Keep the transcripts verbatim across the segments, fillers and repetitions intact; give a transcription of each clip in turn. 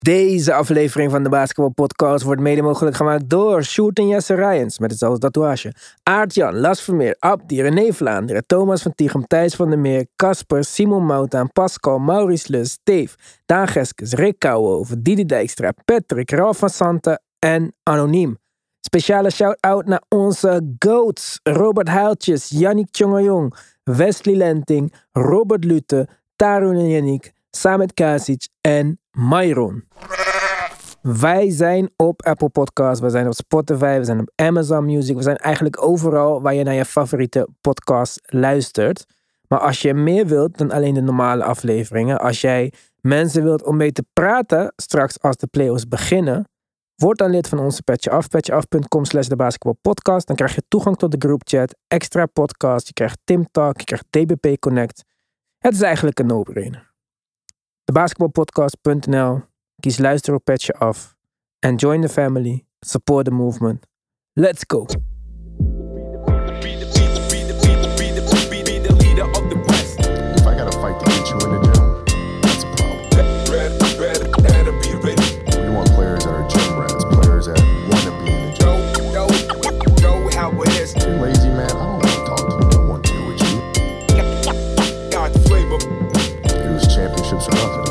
Deze aflevering van de Basketball Podcast wordt mede mogelijk gemaakt door Sjoerd en Jesse Rijens met hetzelfde tatoeage. Aart-Jan, Las Vermeer, Abdi, René Vlaanderen, Thomas van Tichem, Thijs van der Meer, Casper, Simon Moutaan, Pascal, Maurice Lus, Steve, Daan Geskes, Rick Kouwenhoven, Didi Dijkstra, Patrick, Ralf van Santen en Anoniem. Speciale shout-out naar onze GOATs, Robert Huiltjes, Yannick Tjongajong, Wesley Lenting, Robert Lute, Tarun en Yannick, Samet Kasic en Myron. Wij zijn op Apple Podcasts, we zijn op Spotify, we zijn op Amazon Music. We zijn eigenlijk overal waar je naar je favoriete podcast luistert. Maar als je meer wilt dan alleen de normale afleveringen, als jij mensen wilt om mee te praten straks als de playoffs beginnen, word dan lid van onze Petje Af, petjeaf.com slash de basketbalpodcast. Dan krijg je toegang tot de groupchat, extra podcast, je krijgt Tim Talk, je krijgt D B P Connect. Het is eigenlijk een no-brainer. de basketbalpodcast punt n l. Kies luisteren op Petje Af. And join the family. Support the movement. Let's go. If I gotta fight to get you in the gym, that's a problem. We want players that are gym rats, players that want to be in the gym. If you're lazy, man, I don't want to talk to you. I don't want to deal with you. It was championships or nothing.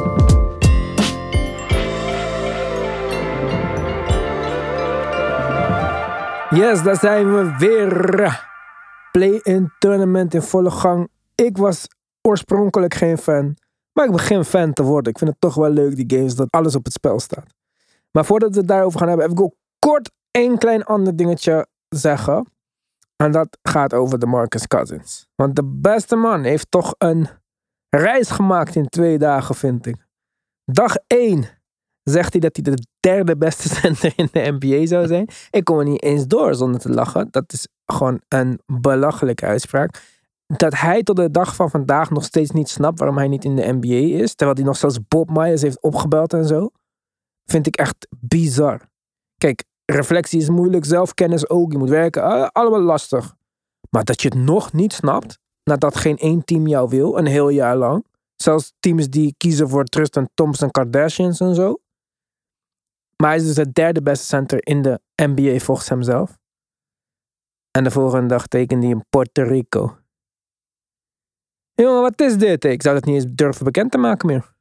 Yes, daar zijn we weer. Play-in tournament in volle gang. Ik was oorspronkelijk geen fan, maar ik begin fan te worden. Ik vind het toch wel leuk, die games, dat alles op het spel staat. Maar voordat we het daarover gaan hebben, heb ik ook kort één klein ander dingetje zeggen. En dat gaat over de Marcus Cousins. Want de beste man heeft toch een reis gemaakt in twee dagen, vind ik. Dag één zegt hij dat hij de derde beste center in de N B A zou zijn. Ik kom er niet eens door zonder te lachen. Dat is gewoon een belachelijke uitspraak. Dat hij tot de dag van vandaag nog steeds niet snapt waarom hij niet in de N B A is. Terwijl hij nog zelfs Bob Myers heeft opgebeld en zo. Vind ik echt bizar. Kijk, reflectie is moeilijk, zelfkennis ook. Je moet werken, uh, allemaal lastig. Maar dat je het nog niet snapt, nadat geen één team jou wil, een heel jaar lang. Zelfs teams die kiezen voor Tristan Thompson, Kardashians en zo. Maar hij is dus het derde beste center in de N B A volgens hemzelf. En de volgende dag tekende hij in Puerto Rico. Jongen, wat is dit? Ik zou dat niet eens durven bekend te maken meer.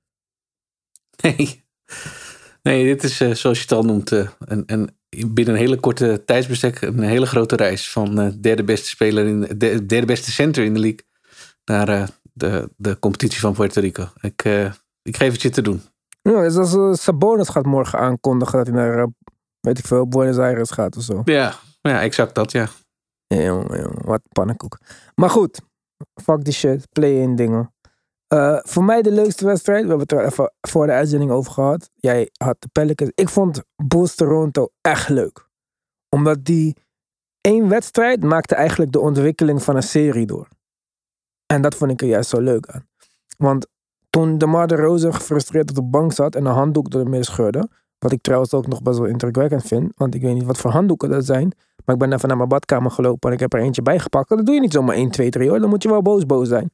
Nee, nee dit is uh, zoals je het al noemt. Uh, een, een, binnen een hele korte tijdsbestek een hele grote reis. Van uh, derde beste speler in de derde beste center in de league. Naar uh, de, de competitie van Puerto Rico. Ik, uh, ik geef het je te doen. Ja, dus als uh, Sabonis gaat morgen aankondigen dat hij naar, uh, weet ik veel, Buenos Aires gaat of zo. Ja, ja, exact dat, ja. Ja, jongen, jongen, wat pannenkoek. Maar goed, fuck die shit, play-in dingen. Uh, voor mij de leukste wedstrijd, we hebben het er even voor de uitzending over gehad. Jij had de Pelicans. Ik vond Bulls Toronto echt leuk. Omdat die één wedstrijd maakte eigenlijk de ontwikkeling van een serie door. En dat vond ik er juist zo leuk aan. Want toen DeMar DeRozan gefrustreerd op de bank zat en een handdoek door de mee scheurde, wat ik trouwens ook nog best wel indrukwekkend vind, want ik weet niet wat voor handdoeken dat zijn, maar ik ben even naar mijn badkamer gelopen en ik heb er eentje bijgepakt. Dat doe je niet zomaar één, twee, drie hoor, dan moet je wel boos boos zijn.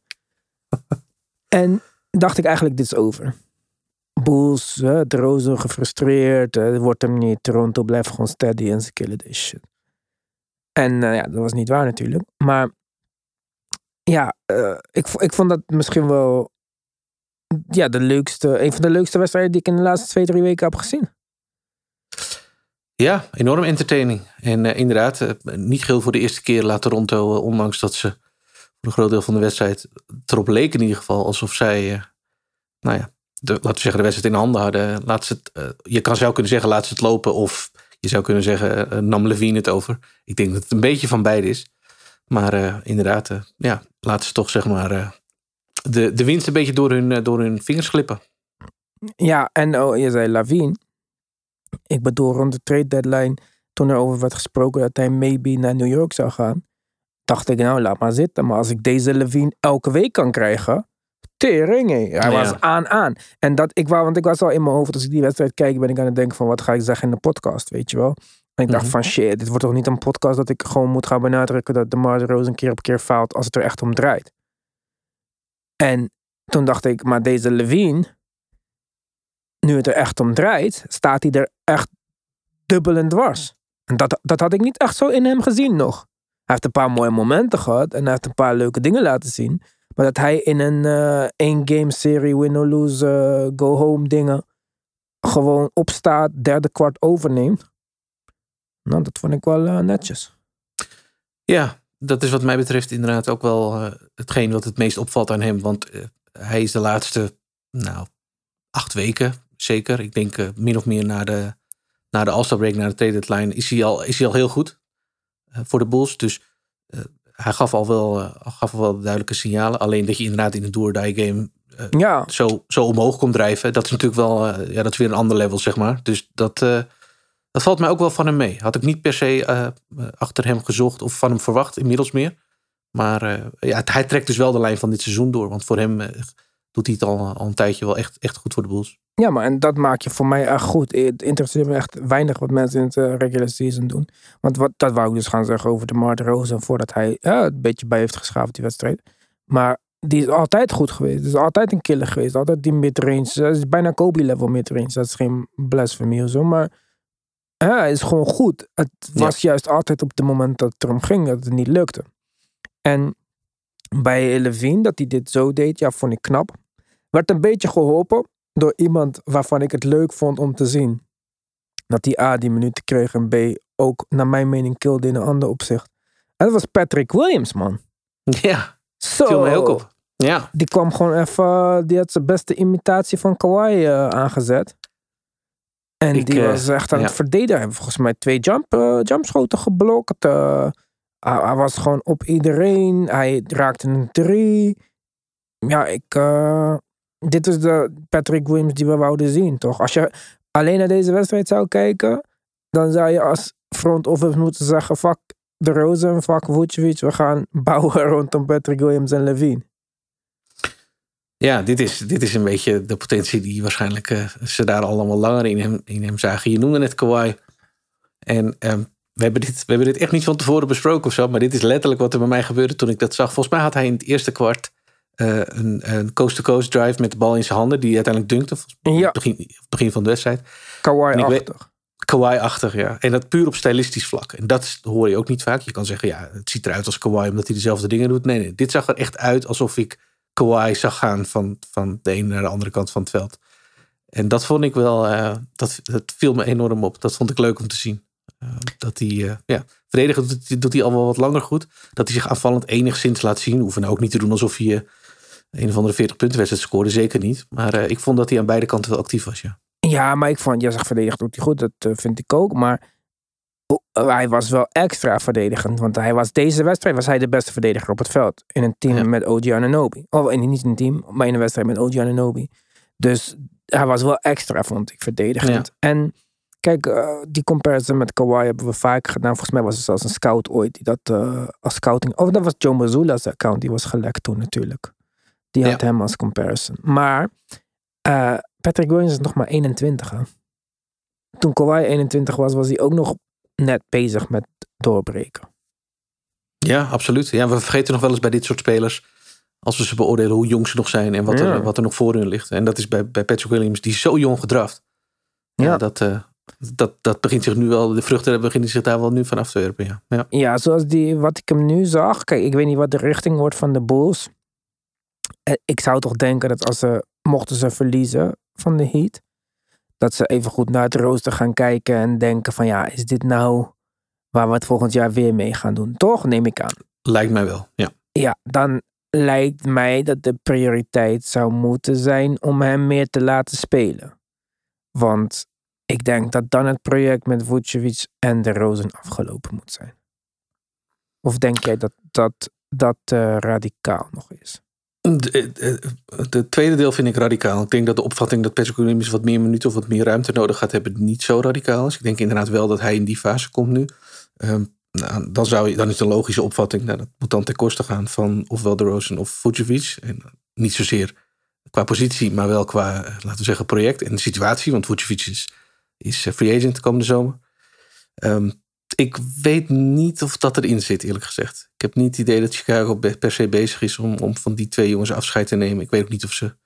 En dacht ik eigenlijk, dit is over. Bulls, uh, DeRozan gefrustreerd, het uh, wordt hem niet, Toronto blijft gewoon steady en ze killen deze shit. En uh, ja, dat was niet waar natuurlijk, maar ja, uh, ik, ik vond dat misschien wel ja, de leukste, een van de leukste wedstrijden die ik in de laatste twee, drie weken heb gezien. Ja, enorm entertaining. En uh, inderdaad, uh, niet geheel voor de eerste keer laat Toronto, uh, ondanks dat ze voor een groot deel van de wedstrijd erop leek in ieder geval, alsof zij, uh, nou ja, de, laten we zeggen de wedstrijd in handen hadden. Laat ze het, uh, je kan zou kunnen zeggen, laat ze het lopen, of je zou kunnen zeggen, uh, nam Levine het over. Ik denk dat het een beetje van beide is. Maar uh, inderdaad, uh, ja, laat ze toch zeg maar uh, de, de winst een beetje door hun, uh, door hun vingers glippen. Ja, en oh, je zei Lavine. Ik bedoel, rond de trade deadline, toen er over werd gesproken dat hij maybe naar New York zou gaan, dacht ik, nou, laat maar zitten. Maar als ik deze Levine elke week kan krijgen, tering, hé. Hij was ja. aan, aan. En dat, ik wou, want ik was al in mijn hoofd, als ik die wedstrijd kijk, ben ik aan het denken van, wat ga ik zeggen in de podcast, weet je wel? En ik dacht mm-hmm. van, shit, dit wordt toch niet een podcast dat ik gewoon moet gaan benadrukken dat DeMar DeRozan keer op keer faalt als het er echt om draait. En toen dacht ik, maar deze Levine, nu het er echt om draait, staat hij er echt dubbel en dwars. En dat, dat had ik niet echt zo in hem gezien nog. Hij heeft een paar mooie momenten gehad en hij heeft een paar leuke dingen laten zien. Maar dat hij in een uh, één-game serie, win or lose, uh, go-home dingen, gewoon opstaat, derde kwart overneemt. Nou, dat vond ik wel uh, netjes. Ja, dat is wat mij betreft inderdaad ook wel uh, hetgeen wat het meest opvalt aan hem. Want uh, hij is de laatste, nou, acht weken zeker. Ik denk uh, min of meer na de, na de All-Star break, na de trade deadline, is hij al, is hij al heel goed uh, voor de Bulls. Dus uh, hij gaf al wel, uh, gaf al wel duidelijke signalen. Alleen dat je inderdaad in een do-or-die game uh, ja. zo, zo omhoog komt drijven. Dat is natuurlijk wel, uh, ja, dat is weer een ander level, zeg maar. Dus dat, uh, dat valt mij ook wel van hem mee. Had ik niet per se uh, achter hem gezocht of van hem verwacht, inmiddels meer. Maar uh, ja, hij trekt dus wel de lijn van dit seizoen door. Want voor hem uh, doet hij het al, al een tijdje wel echt, echt goed voor de Bulls. Ja, maar en dat maak je voor mij echt goed. Het interesseert me echt weinig wat mensen in het uh, regular season doen. Want wat, dat wou ik dus gaan zeggen over de DeMar DeRozan, voordat hij ja, een beetje bij heeft geschaafd die wedstrijd. Maar die is altijd goed geweest. Het is altijd een killer geweest. Altijd die midrange. Dat is bijna Kobe-level midrange. Dat is geen blasphemy of zo. Maar ja, hij is gewoon goed. Het was ja. juist altijd op het moment dat het erom ging dat het niet lukte. En bij LaVine, dat hij dit zo deed, ja, vond ik knap. Werd een beetje geholpen door iemand waarvan ik het leuk vond om te zien. Dat hij A, die minuten kreeg en B, ook naar mijn mening kilde in een ander opzicht. En dat was Patrick Williams, man. Ja, zo, viel mij ook op. Ja. Die kwam gewoon even, die had zijn beste imitatie van Kawhi uh, aangezet. En ik, die uh, was echt aan ja. het verdedigen. Hij heeft volgens mij twee jump, uh, jumpschoten geblokt. Uh, hij, hij was gewoon op iedereen. Hij raakte een drie. Ja, ik... Uh, dit is de Patrick Williams die we wouden zien, toch? Als je alleen naar deze wedstrijd zou kijken, dan zou je als front office moeten zeggen, fuck DeRozan, fuck Vucevic, we gaan bouwen rondom Patrick Williams en LaVine. Ja, dit is, dit is een beetje de potentie die waarschijnlijk uh, ze daar allemaal langer in hem, in hem zagen. Je noemde net Kawhi. En um, we, hebben dit, we hebben dit echt niet van tevoren besproken of zo, maar dit is letterlijk wat er bij mij gebeurde toen ik dat zag. Volgens mij had hij in het eerste kwart Uh, een, een coast-to-coast drive met de bal in zijn handen, die hij uiteindelijk dunkte. Ja. Begin, begin van de wedstrijd. Kawhi-achtig. Kawhi-achtig, ja. En dat puur op stylistisch vlak. En dat hoor je ook niet vaak. Je kan zeggen, ja, het ziet eruit als Kawhi omdat hij dezelfde dingen doet. Nee, nee, dit zag er echt uit alsof ik Kawhi zag gaan van, van de ene naar de andere kant van het veld. En dat vond ik wel, uh, dat, dat viel me enorm op. Dat vond ik leuk om te zien. Uh, dat hij, uh, ja, verdedigen doet, doet hij al wel wat langer goed. Dat hij zich aanvallend enigszins laat zien. Hoeven nou ook niet te doen alsof hij uh, een of andere veertig punten wedstrijd scoorde. Zeker niet. Maar uh, ik vond dat hij aan beide kanten wel actief was, ja. Ja, maar ik vond, jij zegt verdedigd doet hij goed. Dat uh, vind ik ook. Maar uh, hij was wel extra verdedigend. Want hij was, deze wedstrijd was hij de beste verdediger op het veld. In een team ja. met O G Anunoby. Of in, niet in een team, maar in een wedstrijd met O G Anunoby. Dus hij was wel extra, vond ik, verdedigend. Ja. En kijk, uh, die comparison met Kawhi hebben we vaak gedaan. Volgens mij was er zelfs een scout ooit die dat uh, als scouting... Of dat was Joe Mazzulla's account. Die was gelekt toen natuurlijk. Die had ja. hem als comparison. Maar uh, Patrick Williams is nog maar eenentwintig. Hè? Toen Kawhi eenentwintig was, was hij ook nog net bezig met doorbreken. Ja, absoluut. Ja, we vergeten nog wel eens bij dit soort spelers, als we ze beoordelen, hoe jong ze nog zijn en wat, ja. er, wat er nog voor hun ligt. En dat is bij, bij Patrick Williams, die is zo jong gedraft. Ja, ja dat... Uh, Dat, dat begint zich nu wel, de vruchten beginnen zich daar wel nu van af te werpen. Ja, ja. ja zoals die, wat ik hem nu zag. Kijk, ik weet niet wat de richting wordt van de Bulls. Ik zou toch denken dat als ze, mochten ze verliezen van de Heat, dat ze even goed naar het rooster gaan kijken en denken van ja, is dit nou waar we het volgend jaar weer mee gaan doen? Toch? Neem ik aan. Lijkt mij wel, ja. Ja, dan lijkt mij dat de prioriteit zou moeten zijn om hem meer te laten spelen. Want ik denk dat dan het project met Vucevic en DeRozan afgelopen moet zijn. Of denk jij dat dat, dat uh, radicaal nog is? De, de, de tweede deel vind ik radicaal. Ik denk dat de opvatting dat Patrick Williams wat meer minuten of wat meer ruimte nodig gaat hebben niet zo radicaal is. Ik denk inderdaad wel dat hij in die fase komt nu. Um, nou, dan, zou je, dan is het een logische opvatting. Nou, dat moet dan ten koste gaan van ofwel DeRozan of Vucevic. En niet zozeer qua positie, maar wel qua, laten we zeggen, project en situatie. Want Vucevic is... is free agent de komende zomer. Um, ik weet niet of dat erin zit, eerlijk gezegd. Ik heb niet het idee dat Chicago per se bezig is om, om van die twee jongens afscheid te nemen. Ik weet ook niet of ze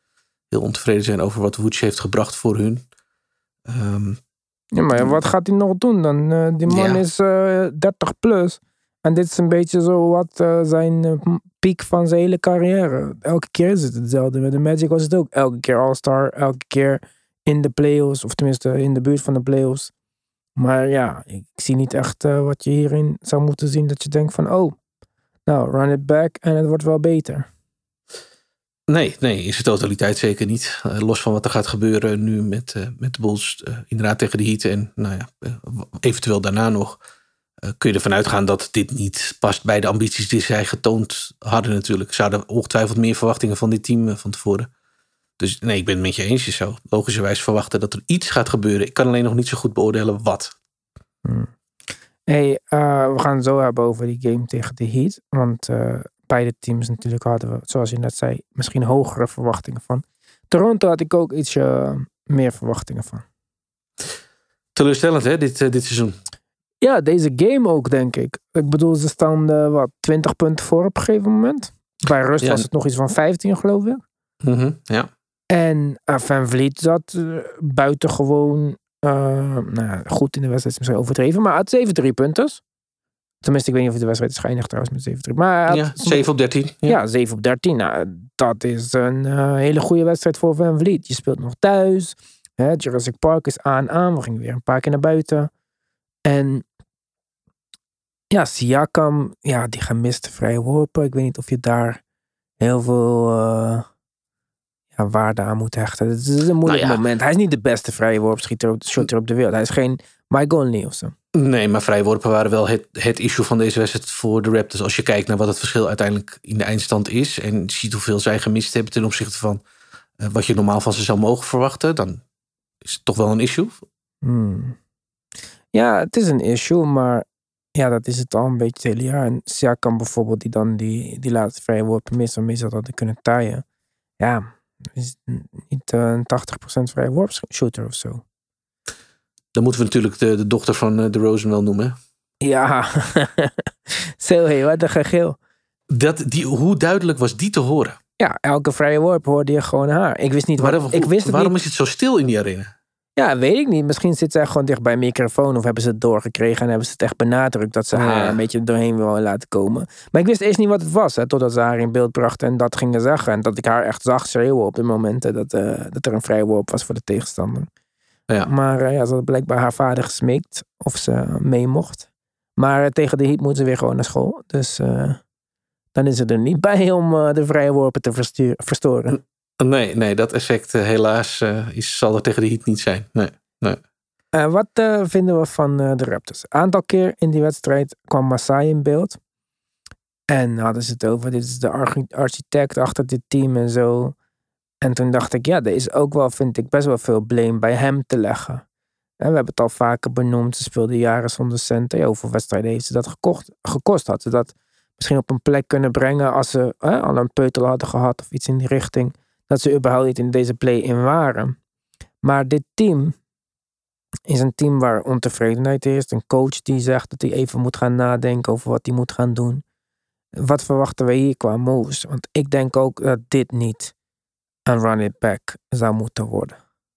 heel ontevreden zijn over wat Vooch heeft gebracht voor hun. Um, ja, maar wat gaat hij nog doen dan? Uh, die man ja. is uh, dertig plus. En dit is een beetje zo wat uh, zijn uh, piek van zijn hele carrière. Elke keer is het hetzelfde. Met de Magic was het ook. Elke keer All-Star. Elke keer in de playoffs. Of tenminste in de buurt van de playoffs. Maar ja, ik zie niet echt uh, wat je hierin zou moeten zien. Dat je denkt van, oh, nou, run it back en het wordt wel beter. Nee, nee, in zijn totaliteit zeker niet. Uh, los van wat er gaat gebeuren nu met, uh, met de Bulls. Uh, inderdaad tegen de Heat. En nou ja, uh, eventueel daarna nog. Uh, kun je ervan uitgaan dat dit niet past bij de ambities die zij getoond hadden natuurlijk. Ze hadden ongetwijfeld meer verwachtingen van dit team uh, van tevoren. Dus nee, ik ben het met je eens. Je zou logischerwijs verwachten dat er iets gaat gebeuren. Ik kan alleen nog niet zo goed beoordelen wat. Hmm. Hey, uh, we gaan het zo hebben over die game tegen de Heat. Want uh, beide teams natuurlijk hadden we, zoals je net zei, misschien hogere verwachtingen van. Toronto had ik ook iets uh, meer verwachtingen van. Teleurstellend hè, dit, uh, dit seizoen. Ja, deze game ook, denk ik. Ik bedoel, ze staan uh, wat, twintig punten voor op een gegeven moment. Bij rust ja. was het nog iets van vijftien, geloof ik. Mm-hmm, ja. En uh, Van Vliet zat uh, buitengewoon uh, nou, goed in de wedstrijd, is misschien overdreven, maar had zeven drie-punters. Tenminste, ik weet niet of de wedstrijd is geëindigd trouwens met zeven drie. Maar had, ja, zeven op dertien. Ja, ja zeven op dertien. Nou, dat is een uh, hele goede wedstrijd voor Van Vliet. Je speelt nog thuis. Hè, Jurassic Park is aan aan. We gingen weer een paar keer naar buiten. En ja, Siakam, ja, die gemiste vrije worpen. Ik weet niet of je daar heel veel uh, ja, waarde aan moet hechten. Het is een moeilijk nou ja. moment. Hij is niet de beste vrije worpschieter op, shooter op de wereld. Hij is geen Mike Conley of zo. Nee, maar vrije worpen waren wel het, het issue van deze wedstrijd voor de Raptors. Als je kijkt naar wat het verschil uiteindelijk in de eindstand is en ziet hoeveel zij gemist hebben ten opzichte van uh, wat je normaal van ze zou mogen verwachten, dan is het toch wel een issue. Hmm. Ja, het is een issue, maar ja, dat is het al een beetje het hele jaar. En Siakam bijvoorbeeld, die dan die, die laatste vrije worpen mist, dan meestal hadden kunnen taaien. Ja, is niet uh, een tachtig procent vrije worp shooter of zo. Dan moeten we natuurlijk de, de dochter van uh, DeRozan wel noemen. Ja, zo hé, wat een gegil. Dat, die, hoe duidelijk was die te horen? Ja, elke vrije worp hoorde je gewoon haar. Ik wist niet maar wat, hoe, ik wist het waarom niet. is het zo stil in die arena? Ja, weet ik niet. Misschien zit zij gewoon dicht bij een microfoon of hebben ze het doorgekregen en hebben ze het echt benadrukt dat ze ja. haar een beetje doorheen wil laten komen. Maar ik wist eerst niet wat het was, hè, totdat ze haar in beeld brachten en dat gingen zeggen. En dat ik haar echt zag schreeuwen op de momenten dat, uh, dat er een vrije worp was voor de tegenstander. Ja. Maar uh, ja, ze had blijkbaar haar vader gesmeekt of ze mee mocht. Maar uh, tegen de Heat moet ze weer gewoon naar school. Dus uh, dan is ze er niet bij om uh, de vrije worpen te verstuur, verstoren. Nee, nee, dat effect uh, helaas uh, is, zal er tegen de Heat niet zijn. Nee, nee. Uh, wat uh, vinden we van uh, de Raptors? Een aantal keer in die wedstrijd kwam Masai in beeld. En hadden ze het over, dit is de architect achter dit team en zo. En toen dacht ik, ja, er is ook wel, vind ik, best wel veel blame bij hem te leggen. En we hebben het al vaker benoemd, ze speelden jaren zonder centen. Ja, hoeveel wedstrijden heeft ze dat gekocht, gekost? Had ze dat misschien op een plek kunnen brengen als ze eh, al een peutel hadden gehad of iets in die richting. Dat ze überhaupt niet in deze play-in waren. Maar dit team is een team waar ontevredenheid is. Een coach die zegt dat hij even moet gaan nadenken over wat hij moet gaan doen. Wat verwachten we hier qua moves? Want ik denk ook dat dit niet een run it back zou moeten worden.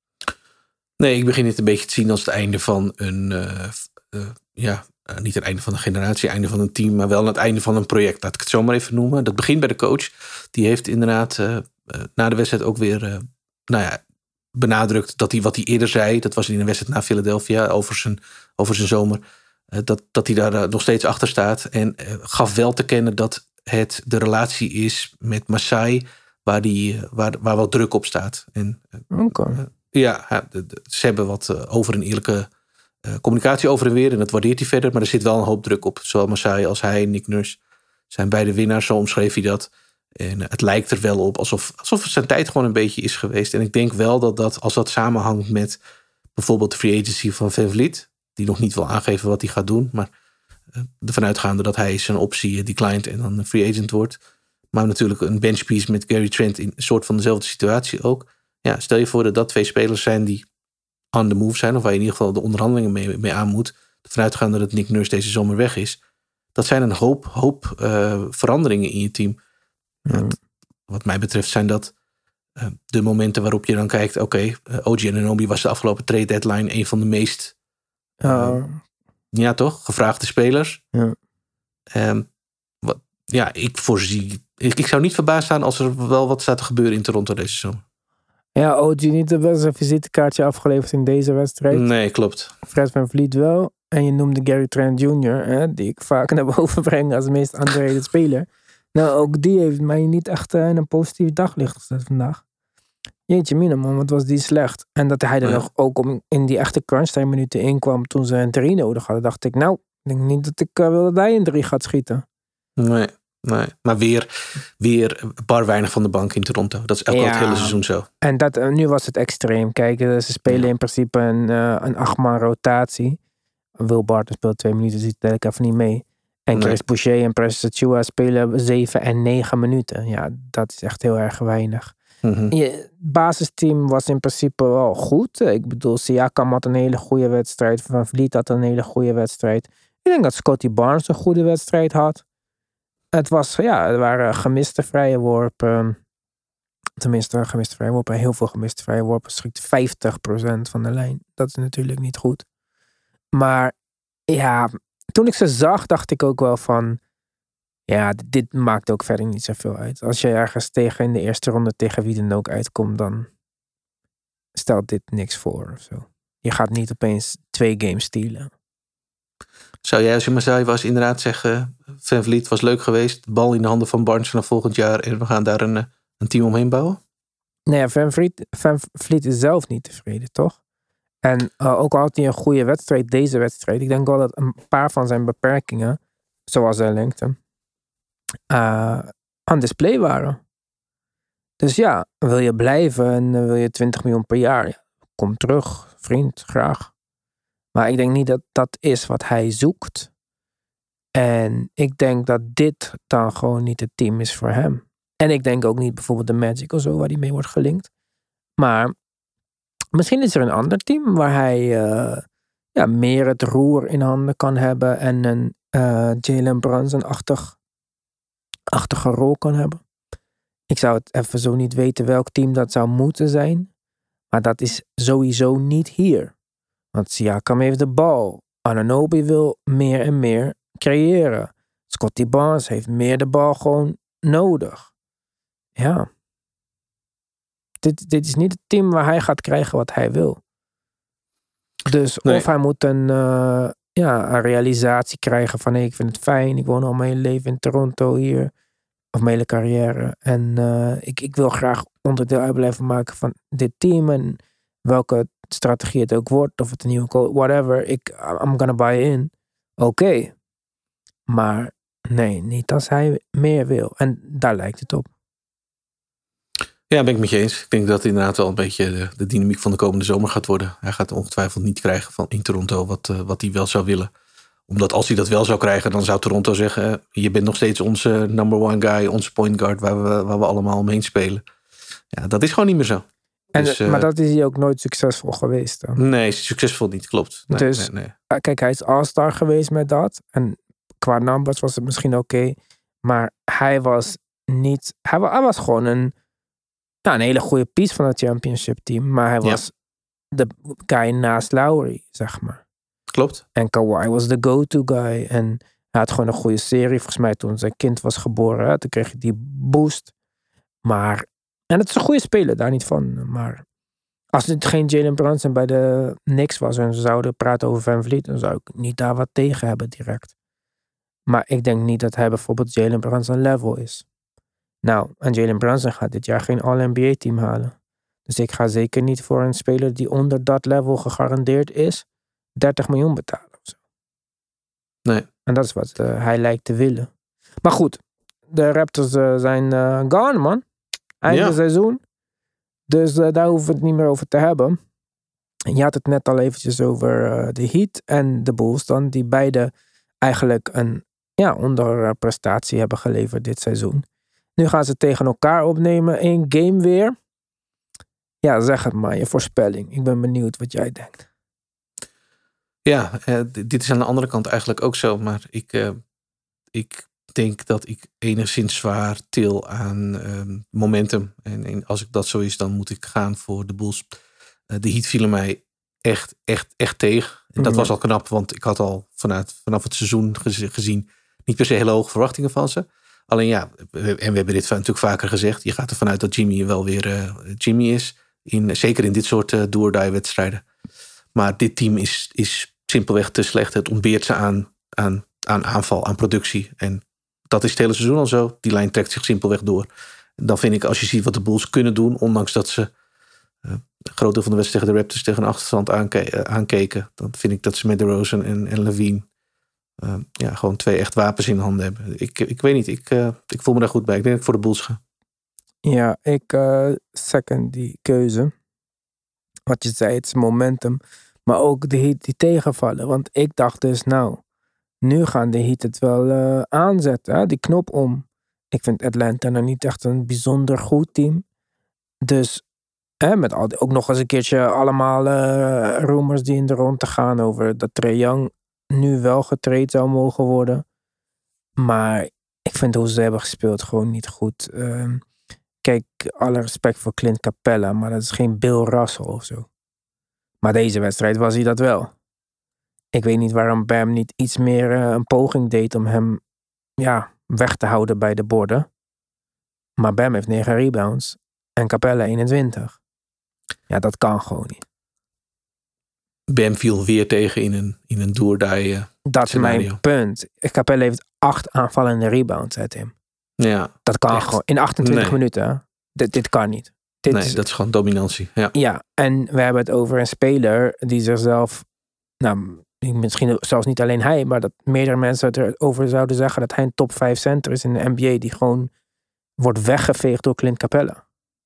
Nee, ik begin het een beetje te zien als het einde van een... Uh, uh, ja, uh, niet het einde van een generatie, het einde van een team, maar wel het einde van een project. Laat ik het zo maar even noemen. Dat begint bij de coach. Die heeft inderdaad uh, uh, na de wedstrijd ook weer... Uh, nou ja, benadrukt dat hij wat hij eerder zei, dat was in een wedstrijd na Philadelphia over zijn, over zijn zomer, uh, dat, dat hij daar uh, nog steeds achter staat. En uh, gaf wel te kennen dat het de relatie is met Masai waar, die, uh, waar, waar wat druk op staat. En, uh, okay. uh, ja, uh, de, de, ze hebben wat uh, over een eerlijke uh, communicatie over en weer en dat waardeert hij verder, maar er zit wel een hoop druk op. Zowel Masai als hij, Nick Nurse, zijn beide winnaars, zo omschreef hij dat. En het lijkt er wel op alsof, alsof zijn tijd gewoon een beetje is geweest. En ik denk wel dat, dat als dat samenhangt met bijvoorbeeld de free agency van Van Vliet, die nog niet wil aangeven wat hij gaat doen, maar uh, ervan uitgaande dat hij zijn optie declined en dan een free agent wordt. Maar natuurlijk een benchpiece met Gary Trent in een soort van dezelfde situatie ook. Ja, stel je voor dat dat twee spelers zijn die on the move zijn, of waar je in ieder geval de onderhandelingen mee, mee aan moet. Ervan uitgaande dat Nick Nurse deze zomer weg is. Dat zijn een hoop, hoop uh, veranderingen in je team. Ja. Wat, wat mij betreft zijn dat uh, de momenten waarop je dan kijkt... oké, okay, uh, O G Anunoby was de afgelopen trade deadline... een van de meest, uh, uh, ja toch, gevraagde spelers. Ja, um, wat, ja ik voorzie... Ik, ik zou niet verbaasd staan als er wel wat staat te gebeuren in Toronto deze zomer. ja O G niet de beste visitekaartje afgeleverd in deze wedstrijd. Nee, klopt. Fred VanVleet wel. En je noemde Gary Trent junior Hè, die ik vaak naar boven breng als de meest underrated speler. Nou, ook die heeft mij niet echt uh, in een positief daglicht gezet vandaag. Jeetje mina, man, wat was die slecht. En dat hij er ja. nog ook om in die echte crunch time minuten inkwam toen ze een drie nodig hadden, dacht ik, nou, ik denk niet dat ik uh, wil dat hij een drie gaat schieten. Nee, nee. Maar weer, weer bar weinig van de bank in Toronto. Dat is elke ja. het hele seizoen zo. En dat, uh, nu was het extreem. Kijk, uh, ze spelen ja. in principe een, uh, een acht-man rotatie. Will Barton speelt twee minuten, ziet tel ik even niet mee. En Chris nee. Boucher en Precious Achiuwa spelen zeven en negen minuten. Ja, dat is echt heel erg weinig. Mm-hmm. Het basisteam was in principe wel goed. Ik bedoel, Siakam had een hele goede wedstrijd. Van Vliet had een hele goede wedstrijd. Ik denk dat Scotty Barnes een goede wedstrijd had. Het was, ja, er waren gemiste vrije worpen. Tenminste, gemiste vrije worpen. Heel veel gemiste vrije worpen. Schiet vijftig procent van de lijn. Dat is natuurlijk niet goed. Maar ja, toen ik ze zag, dacht ik ook wel van... Ja, dit maakt ook verder niet zoveel uit. Als je ergens tegen in de eerste ronde tegen wie dan ook uitkomt, dan stelt dit niks voor of zo. Je gaat niet opeens twee games stealen. Zou jij als je Masai was inderdaad zeggen... VanVleet was leuk geweest. De bal in de handen van Barnes vanaf volgend jaar. En we gaan daar een, een team omheen bouwen? Nee, VanVleet, VanVleet is zelf niet tevreden, toch? En uh, ook al had hij een goede wedstrijd, deze wedstrijd. Ik denk wel dat een paar van zijn beperkingen, zoals zijn lengte, uh, aan display waren. Dus ja, wil je blijven en uh, wil je twintig miljoen per jaar? Ja, kom terug, vriend, graag. Maar ik denk niet dat dat is wat hij zoekt. En ik denk dat dit dan gewoon niet het team is voor hem. En ik denk ook niet bijvoorbeeld de Magic of zo, waar hij mee wordt gelinkt. Maar misschien is er een ander team waar hij uh, ja, meer het roer in handen kan hebben en een uh, Jalen Brunson-achtig achtige rol kan hebben. Ik zou het even zo niet weten welk team dat zou moeten zijn. Maar dat is sowieso niet hier. Want Siakam heeft de bal. Anunoby wil meer en meer creëren. Scotty Barnes heeft meer de bal gewoon nodig. Ja. Dit, dit is niet het team waar hij gaat krijgen wat hij wil. Dus nee. Of hij moet een, uh, ja, een realisatie krijgen van hey, ik vind het fijn. Ik woon al mijn leven in Toronto hier. Of mijn hele carrière. En uh, ik, ik wil graag onderdeel uit blijven maken van dit team. En welke strategie het ook wordt. Of het een nieuwe coach, whatever. Ik, I'm gonna buy in. Oké. Okay. Maar nee, niet als hij meer wil. En daar lijkt het op. Ja, ben ik met je eens. Ik denk dat het inderdaad wel een beetje de, de dynamiek van de komende zomer gaat worden. Hij gaat ongetwijfeld niet krijgen van in Toronto wat, uh, wat hij wel zou willen. Omdat als hij dat wel zou krijgen, dan zou Toronto zeggen... je bent nog steeds onze number one guy, onze point guard... waar we, waar we allemaal omheen spelen. Ja, dat is gewoon niet meer zo. En, dus, uh, maar dat is hij ook nooit succesvol geweest dan? Nee, succesvol niet, klopt. Nee, dus nee, nee. Kijk, hij is all-star geweest met dat. En qua numbers was het misschien oké. Okay, maar hij was niet... Hij was, hij was gewoon een, ja, een hele goede piece van het championship team. Maar hij was ja. de guy naast Lowry, zeg maar. Klopt. En Kawhi was de go-to guy. En hij had gewoon een goede serie. Volgens mij toen zijn kind was geboren. Hè, toen kreeg hij die boost. Maar... En het is een goede speler, daar niet van. Maar als het geen Jalen Brunson bij de Knicks was en ze zouden praten over VanVleet, dan zou ik niet daar wat tegen hebben direct. Maar ik denk niet dat hij bijvoorbeeld Jalen Brunson level is. Nou, en Jalen Brunson gaat dit jaar geen All N B A team halen. Dus ik ga zeker niet voor een speler die onder dat level gegarandeerd is, dertig miljoen betalen of zo. Nee. En dat is wat uh, hij lijkt te willen. Maar goed, de Raptors uh, zijn uh, gone, man. Einde ja. seizoen. Dus uh, daar hoeven we het niet meer over te hebben. Je had het net al eventjes over uh, de Heat en de Bulls dan. Die beide eigenlijk een ja, onderprestatie hebben geleverd dit seizoen. Nu gaan ze tegen elkaar opnemen. Eén game weer. Ja, zeg het maar. Je voorspelling. Ik ben benieuwd wat jij denkt. Ja, uh, dit is aan de andere kant eigenlijk ook zo. Maar ik, uh, ik denk dat ik enigszins zwaar til aan um, momentum. En, en als ik dat zo is, dan moet ik gaan voor de Bulls. Uh, de Heat vielen mij echt, echt, echt tegen. En dat Ja. was al knap, want ik had al vanuit, vanaf het seizoen gezien niet per se hele hoge verwachtingen van ze. Alleen ja, we, en we hebben dit natuurlijk vaker gezegd. Je gaat ervan uit dat Jimmy wel weer uh, Jimmy is. In, zeker in dit soort uh, do-or-die wedstrijden. Maar dit team is, is simpelweg te slecht. Het ontbeert ze aan, aan, aan aanval, aan productie. En dat is het hele seizoen al zo. Die lijn trekt zich simpelweg door. Dan vind ik, als je ziet wat de Bulls kunnen doen, ondanks dat ze uh, een groot deel van de wedstrijd tegen de Raptors tegen een achterstand aanke- uh, aankeken, dan vind ik dat ze met DeRozan en, en Levine uh, ja, gewoon twee echt wapens in handen hebben. Ik, ik weet niet, ik, uh, ik voel me daar goed bij. Ik denk dat ik voor de Bulls ga. Ja, ik uh, second die keuze. Wat je zei, het is momentum. Maar ook de Heat die tegenvallen. Want ik dacht dus, nou, nu gaan de Heat het wel uh, aanzetten. Hè? Die knop om. Ik vind Atlanta nou niet echt een bijzonder goed team. Dus hè, met al die, ook nog eens een keertje allemaal uh, rumors die in de rondte gaan over dat Trae Young nu wel getraind zou mogen worden. Maar ik vind hoe ze hebben gespeeld gewoon niet goed. Uh, kijk, alle respect voor Clint Capella, maar dat is geen Bill Russell of zo. Maar deze wedstrijd was hij dat wel. Ik weet niet waarom Bam niet iets meer uh, een poging deed om hem ja, weg te houden bij de borden. Maar Bam heeft negen rebounds en Capella eenentwintig. Ja, dat kan gewoon niet. Bam viel weer tegen in een, in een do-or-die uh, Dat is scenario. mijn punt. Capella heeft acht aanvallende rebounds uit hem. Ja, Dat kan echt. gewoon. In achtentwintig Nee. minuten. Hè? Dit, dit kan niet. Dit nee, is, dat is gewoon dominantie. Ja. Ja, en we hebben het over een speler die zichzelf, nou, misschien zelfs niet alleen hij, maar dat meerdere mensen het erover zouden zeggen dat hij een top vijf center is in de N B A die gewoon wordt weggeveegd door Clint Capella.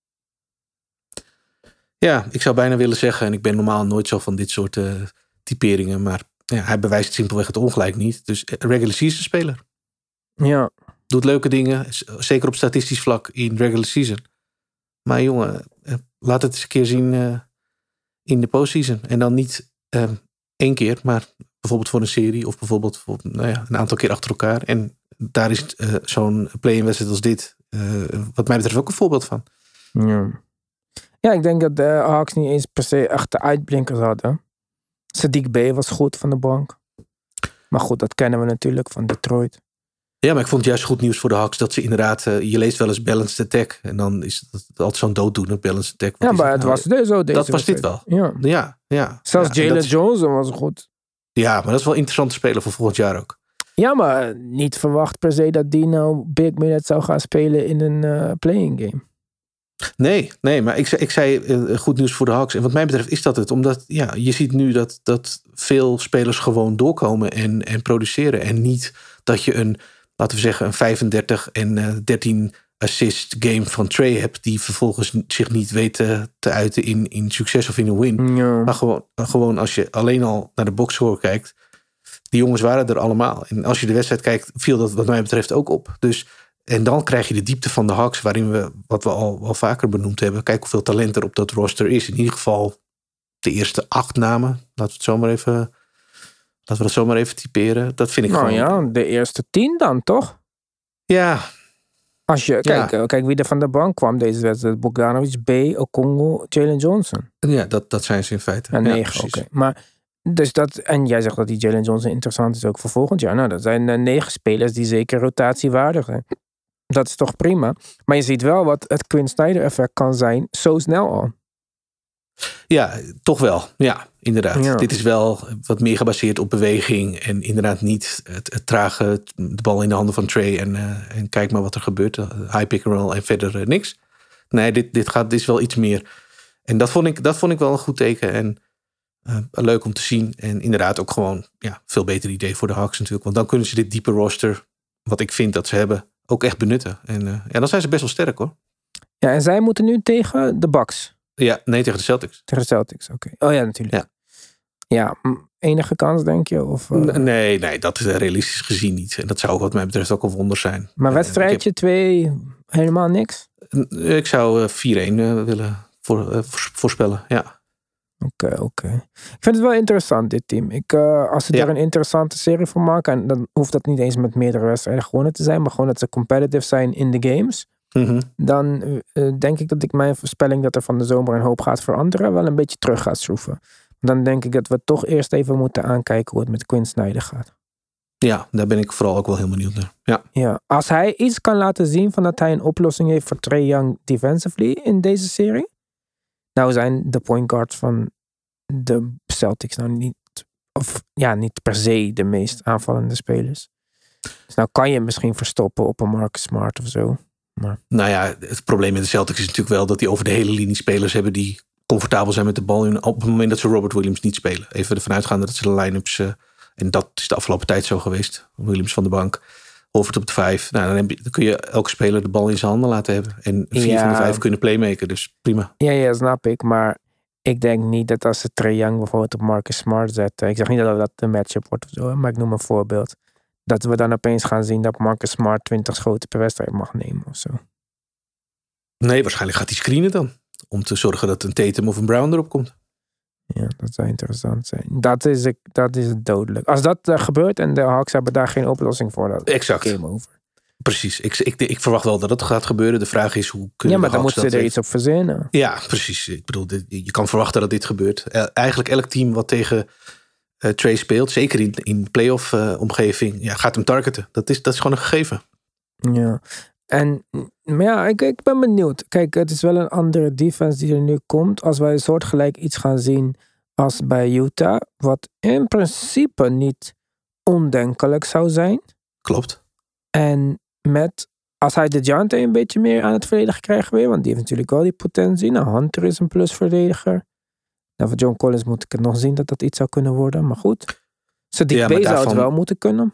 Ja, ik zou bijna willen zeggen, en ik ben normaal nooit zo van dit soort uh, typeringen, maar ja, hij bewijst simpelweg het ongelijk niet. Dus regular season speler. Ja. Doet leuke dingen, zeker op statistisch vlak in regular season. Maar jongen, uh, laat het eens een keer zien uh, in de postseason. En dan niet uh, één keer, maar bijvoorbeeld voor een serie of bijvoorbeeld voor nou ja, een aantal keer achter elkaar. En daar is uh, zo'n play-in wedstrijd als dit, uh, wat mij betreft, ook een voorbeeld van. Ja. Ja, ik denk dat de Hawks niet eens per se echt de uitblinkers hadden. Sadiq Bey was goed van de bank. Maar goed, dat kennen we natuurlijk van Detroit. Ja, maar ik vond het juist goed nieuws voor de Hawks dat ze inderdaad, uh, je leest wel eens balanced attack. En dan is het altijd zo'n dooddoener, balanced attack. Wat Ja, maar het nou? was dus zo deze Dat was dit wel. Ja. Ja, ja. Zelfs ja, Jalen dat, Johnson was goed. Ja, maar dat is wel interessant te spelen voor volgend jaar ook. Ja, maar niet verwacht per se dat die nou big minutes zou gaan spelen in een uh, playing game. Nee, nee, maar ik zei, ik zei uh, goed nieuws voor de Hawks. En wat mij betreft is dat het. Omdat ja, je ziet nu dat, dat veel spelers gewoon doorkomen en, en produceren. En niet dat je een, laten we zeggen, een vijfendertig en uh, dertien assist game van Trae hebt. Die vervolgens zich niet weet te, te uiten in, in succes of in een win. Ja. Maar gewoon, gewoon als je alleen al naar de boxscore kijkt. Die jongens waren er allemaal. En als je de wedstrijd kijkt, viel dat wat mij betreft ook op. Dus, en dan krijg je de diepte van de Hawks, waarin we, wat we al wel vaker benoemd hebben, kijk hoeveel talent er op dat roster is. In ieder geval de eerste acht namen. Laten we het zomaar even, laten we dat zomaar even typeren. Dat vind ik Nou gewoon. ja, de eerste tien dan, toch? Ja. Als je, kijk, Ja. kijk wie er van de bank kwam deze wedstrijd. Bogdanovic, B, Okongwu, Jalen Johnson. Ja, dat, dat zijn ze in feite. Ja, negen, precies. oké. Maar, dus dat, en jij zegt dat die Jalen Johnson interessant is ook voor volgend jaar. Nou, dat zijn uh, negen spelers die zeker rotatiewaardig zijn. Dat is toch prima. Maar je ziet wel wat het Quinn Snyder effect kan zijn zo snel al. Ja, toch wel. Ja, inderdaad. Ja. Dit is wel wat meer gebaseerd op beweging. En inderdaad niet het, het trage, de bal in de handen van Trae. En, uh, en kijk maar wat er gebeurt. High pick and roll en verder uh, niks. Nee, dit, dit, gaat, dit is wel iets meer. En dat vond ik, dat vond ik wel een goed teken. En uh, leuk om te zien. En inderdaad ook gewoon ja, veel beter idee voor de Hawks natuurlijk. Want dan kunnen ze dit diepe roster, wat ik vind dat ze hebben, ook echt benutten. En uh, ja, dan zijn ze best wel sterk hoor. Ja, en zij moeten nu tegen de Bucks. Ja, nee, tegen de Celtics. Tegen de Celtics, oké. Okay. Oh ja, natuurlijk. Ja. Ja, enige kans denk je? Of, uh... Nee, nee, dat is realistisch gezien niet. En dat zou wat mij betreft ook een wonder zijn. Maar wedstrijdje heb... twee, helemaal niks? Ik zou vier-een willen voor, uh, voorspellen, ja. Oké, okay, oké. Okay. Ik vind het wel interessant, dit team. Ik, uh, als ze ja. er een interessante serie van maken, en dan hoeft dat niet eens met meerdere wedstrijden gewonnen te zijn, maar gewoon dat ze competitive zijn in de games, mm-hmm. dan uh, denk ik dat ik mijn voorspelling dat er van de zomer een hoop gaat veranderen, wel een beetje terug gaat schroeven. Dan denk ik dat we toch eerst even moeten aankijken hoe het met Quinn Snyder gaat. Ja, daar ben ik vooral ook wel heel benieuwd naar. Ja. Ja, als hij iets kan laten zien van dat hij een oplossing heeft voor Trae Young defensively in deze serie. Nou zijn de point guards van de Celtics nou niet, of ja, niet per se de meest aanvallende spelers. Dus nou kan je misschien verstoppen op een Marcus Smart of zo. Maar... Nou ja, het probleem met de Celtics is natuurlijk wel dat die over de hele linie spelers hebben die comfortabel zijn met de bal op het moment dat ze Robert Williams niet spelen. Even ervan uitgaande dat ze de line-ups, uh, en dat is de afgelopen tijd zo geweest. Williams van de bank, Horford op de vijf. Nou, dan, heb je, dan kun je elke speler de bal in zijn handen laten hebben. En vier ja. van de vijf kunnen playmaken, dus prima. Ja, ja, snap ik. Maar ik denk niet dat als ze Trae Young bijvoorbeeld op Marcus Smart zetten. Ik zeg niet dat dat een matchup wordt of zo, maar ik noem een voorbeeld. Dat we dan opeens gaan zien dat Marcus Smart twintig schoten per wedstrijd mag nemen of zo. Nee, waarschijnlijk gaat hij screenen dan. Om te zorgen dat een Tatum of een Brown erop komt. Ja, dat zou interessant zijn. Dat is, dat is dodelijk. Als dat uh, gebeurt en de Hawks hebben daar geen oplossing voor, dan exact. Is game over. Precies. Ik, ik, ik verwacht wel dat het gaat gebeuren. De vraag is hoe kunnen Ja, maar de dan moeten ze er heeft... iets op verzinnen. Ja, precies. Ik bedoel, dit, je kan verwachten dat dit gebeurt. Uh, eigenlijk elk team wat tegen uh, Trae speelt, zeker in, in playoff uh, omgeving, ja, gaat hem targeten. Dat is, dat is gewoon een gegeven. Ja. En maar ja, ik, ik ben benieuwd. Kijk, het is wel een andere defense die er nu komt. Als wij soortgelijk iets gaan zien als bij Utah, wat in principe niet ondenkelijk zou zijn. Klopt. En met, als hij DeJounte een beetje meer aan het verdedigen krijgt weer, want die heeft natuurlijk wel die potentie. Nou, Hunter is een plusverdediger. Nou, voor John Collins moet ik het nog zien dat dat iets zou kunnen worden, maar goed. Sadiq ja, Bey zou daarvan... het wel moeten kunnen.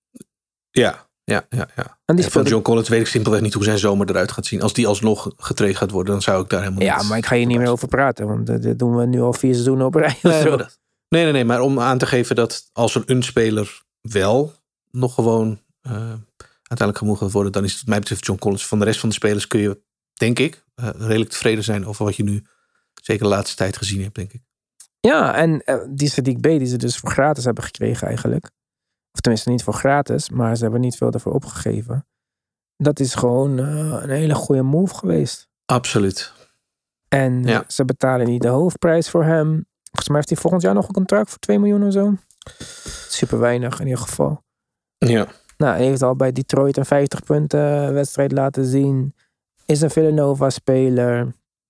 Ja. Ja, ja, ja. En, die en van John Collins weet ik simpelweg niet hoe zijn zomer eruit gaat zien. Als die alsnog getraind gaat worden, dan zou ik daar helemaal ja, niet... Ja, maar ik ga hier niet meer over praten, want dat doen we nu al vier seizoenen op rij. Nee, nee, nee, nee, nee, maar om aan te geven dat als er een speler wel nog gewoon uh, uiteindelijk gemoed gaat worden, dan is het wat mij betreft John Collins. Van de rest van de spelers kun je, denk ik, uh, redelijk tevreden zijn over wat je nu zeker de laatste tijd gezien hebt, denk ik. Ja, en uh, die Sadiq Bey die ze dus voor gratis hebben gekregen eigenlijk. Of tenminste niet voor gratis, maar ze hebben niet veel ervoor opgegeven. Dat is gewoon uh, een hele goede move geweest. Absoluut. En ja. ze betalen niet de hoofdprijs voor hem. Volgens mij heeft hij volgend jaar nog een contract voor twee miljoen of zo. Super weinig in ieder geval. Ja. Nou, hij heeft al bij Detroit een vijftig punten wedstrijd laten zien. Is een Villanova-speler.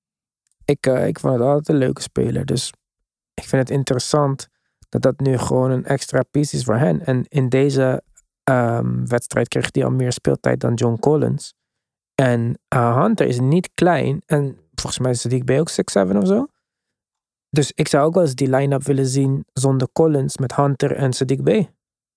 Ik, uh, ik vond het altijd een leuke speler. Dus ik vind het interessant dat dat nu gewoon een extra piece is voor hen. En in deze um, wedstrijd kreeg hij al meer speeltijd dan John Collins. En uh, Hunter is niet klein. En volgens mij is Sadiq Bey ook zes zeven of zo. Dus ik zou ook wel eens die line-up willen zien zonder Collins met Hunter en Sadiq Bey.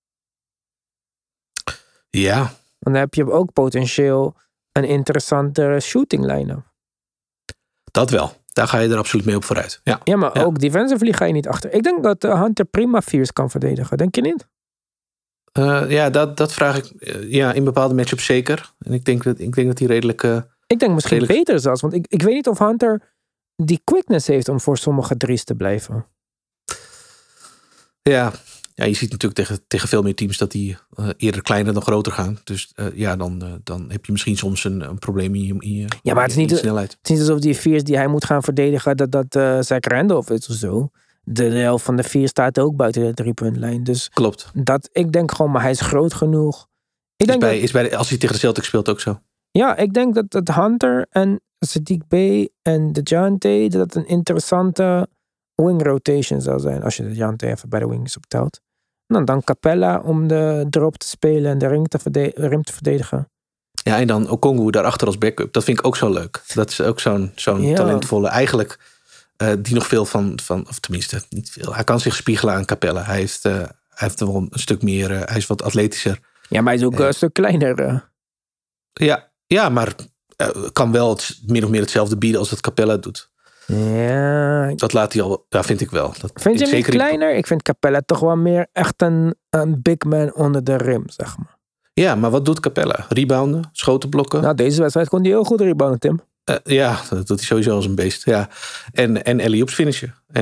Ja. Want dan heb je ook potentieel een interessante shooting line-up. Dat wel. Daar ga je er absoluut mee op vooruit. Ja, ja maar ja. ook defensively ga je niet achter. Ik denk dat Hunter prima viers kan verdedigen. Denk je niet? Uh, ja, dat, dat vraag ik uh, ja, in bepaalde matchups zeker. En ik denk dat, ik denk dat hij redelijk... Uh, ik denk misschien redelijk... beter zelfs. Want ik, ik weet niet of Hunter die quickness heeft om voor sommige drie's te blijven. Ja, ja je ziet natuurlijk tegen, tegen veel meer teams dat die uh, eerder kleiner dan groter gaan. Dus uh, ja, dan, uh, dan heb je misschien soms een, een probleem in je, in je, ja, maar het is, niet, in je snelheid. Het is niet alsof die viers die hij moet gaan verdedigen, dat dat uh, Zach Randolph is of zo. De helft van de vier staat ook buiten de driepuntlijn. Dus klopt. Dat, ik denk gewoon, maar hij is groot genoeg. Ik is denk bij, dat, is bij de, als hij tegen de Celtics speelt ook zo. Ja, ik denk dat, dat Hunter en Sadiq Bey en DeJounte, dat het een interessante wing rotation zou zijn. Als je DeJounte even bij de wings optelt. Nou, dan Capella om de drop te spelen en de ring te, verde- rim te verdedigen. Ja, en dan Okongwu daarachter als backup. Dat vind ik ook zo leuk. Dat is ook zo'n, zo'n ja. talentvolle, eigenlijk uh, die nog veel van, van, of tenminste niet veel. Hij kan zich spiegelen aan Capella. Hij heeft, uh, hij heeft wel een stuk meer, uh, hij is wat atletischer. Ja, maar hij is ook uh, een stuk kleiner. Uh. Ja, ja, maar uh, kan wel het, min of meer hetzelfde bieden als dat Capella doet. Ja. Dat laat hij al, ja, vind ik wel. Dat vind je hem niet kleiner? Ik vind Capella toch wel meer echt een, een big man onder de rim, zeg maar. Ja, maar wat doet Capella? Rebounden, schoten blokken? Nou, deze wedstrijd kon hij heel goed rebounden, Tim. Uh, ja, dat doet hij sowieso als een beest. Ja. En, en alley-oops finishen. En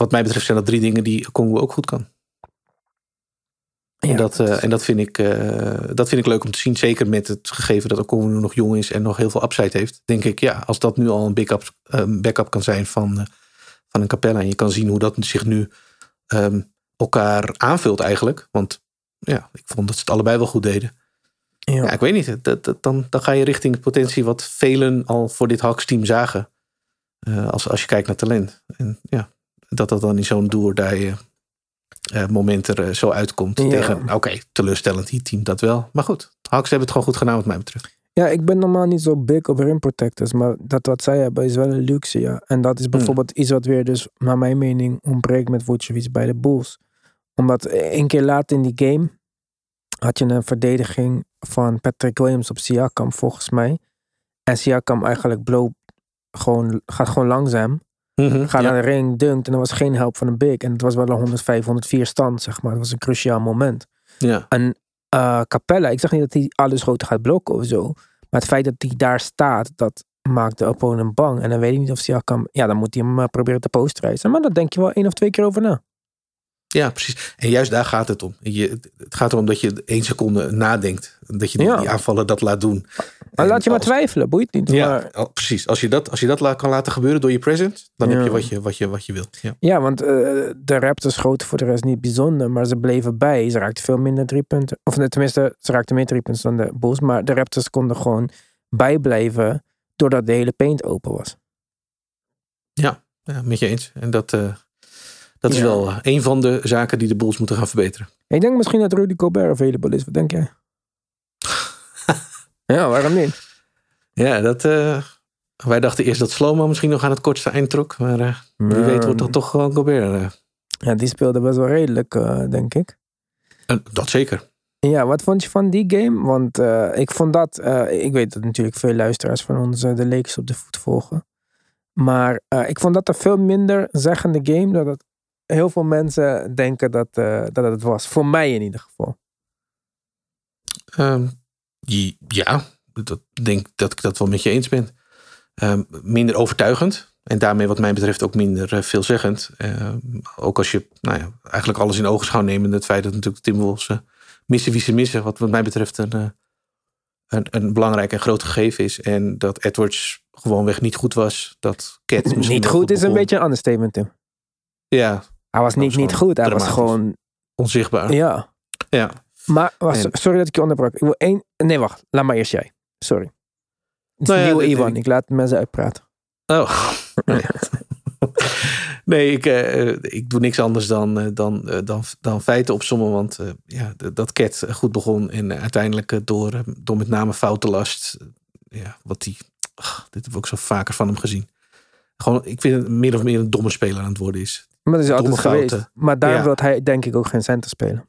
wat mij betreft zijn dat drie dingen die Okongwu ook goed kan. Ja, en dat, uh, en dat, vind ik, uh, dat vind ik leuk om te zien. Zeker met het gegeven dat Okongwu nog jong is en nog heel veel upside heeft. Denk ik, ja, als dat nu al een backup, uh, backup kan zijn van, uh, van een Capella. En je kan zien hoe dat zich nu um, elkaar aanvult eigenlijk. Want ja, ik vond dat ze het allebei wel goed deden. Ja, ja ik weet niet. Dat, dat, dan, dan ga je richting de potentie wat velen al voor dit Hawks team zagen. Uh, als, als je kijkt naar talent. En ja, dat dat dan in zo'n do-or-die uh, moment er uh, zo uitkomt. Ja. Tegen, oké, okay, teleurstellend die team dat wel. Maar goed, Hawks hebben het gewoon goed gedaan wat mij betreft. Ja, ik ben normaal niet zo big op rim protectors. Maar dat wat zij hebben is wel een luxe, ja. En dat is bijvoorbeeld hmm. iets wat weer dus, naar mijn mening, ontbreekt met Vucevic bij de Bulls. Omdat een keer later in die game had je een verdediging van Patrick Williams op Siakam, volgens mij. En Siakam eigenlijk blow, gewoon, gaat gewoon langzaam. Mm-hmm, gaat ja. naar de ring, dunkt. En er was geen help van een big. En het was wel een honderdvijf, honderdvier stand, zeg maar. Het was een cruciaal moment. Ja. En uh, Capella, ik zeg niet dat hij alles groter gaat blokken of zo. Maar het feit dat hij daar staat, dat maakt de opponent bang. En dan weet ik niet of Siakam... Ja, dan moet hij hem uh, proberen te posterijzen. Maar daar denk je wel één of twee keer over na. Ja, precies. En juist daar gaat het om. Je, het gaat erom dat je één seconde nadenkt. Dat je die, ja. die aanvallen dat laat doen. Maar en laat je maar als, twijfelen, boeit niet. Ja, maar... precies. Als je dat, als je dat la, kan laten gebeuren door je presence, dan ja. heb je wat je, wat je, wat je wilt. Ja, ja want uh, de Raptors schoten voor de rest niet bijzonder, maar ze bleven bij. Ze raakten veel minder driepunten. Of tenminste, ze raakten meer driepunten dan de Bulls. Maar de Raptors konden gewoon bijblijven doordat de hele paint open was. Ja, ja met je eens. En dat... Uh, Dat is ja. wel uh, een van de zaken die de Bulls moeten gaan verbeteren. Ik denk misschien dat Rudy Gobert available is. Wat denk jij? Ja, waarom niet? Ja, dat... Uh, wij dachten eerst dat Slomo misschien nog aan het kortste eind trok. Maar uh, wie ja. weet wordt dat toch gewoon Gobert. Uh. Ja, die speelde best wel redelijk, uh, denk ik. Uh, dat zeker. Ja, wat vond je van die game? Want uh, ik vond dat... Uh, ik weet dat natuurlijk veel luisteraars van ons uh, de Lakers op de voet volgen. Maar uh, ik vond dat een veel minder zeggende game. Dat het heel veel mensen denken dat, uh, dat het was. Voor mij in ieder geval. Um, ja, dat denk dat ik dat wel met je eens ben. Um, minder overtuigend. En daarmee wat mij betreft ook minder uh, veelzeggend. Uh, ook als je nou ja, eigenlijk alles in ogenschouw neemt. Het feit dat natuurlijk de Timberwolves uh, missen wie ze missen. Wat wat mij betreft een, uh, een, een belangrijk en groot gegeven is. En dat Edwards gewoonweg niet goed was. Dat Cat misschien niet goed, goed is begon. Een beetje een understatement, Tim. Ja. Hij was niet, was niet goed. Hij was gewoon... onzichtbaar. Ja. Ja. Maar, was, en... sorry dat ik je onderbrak. Ik wil één... Nee, wacht. Laat maar eerst jij. Sorry. Het is nou een ja, nieuwe dit, Ivan. ik... Ik laat mensen uitpraten. Oh. nee, ik, uh, ik doe niks anders dan, uh, dan, uh, dan, dan feiten opzommen. Want uh, ja, dat Cat goed begon. En uh, uiteindelijk uh, door, uh, door met name foutenlast. Uh, ja, wat die... Uh, dit heb ik ook zo vaker van hem gezien. Gewoon, ik vind het meer of meer een domme speler aan het worden is. Maar dat is altijd geweest. Fouten. Maar daarom ja. wil hij denk ik ook geen center spelen.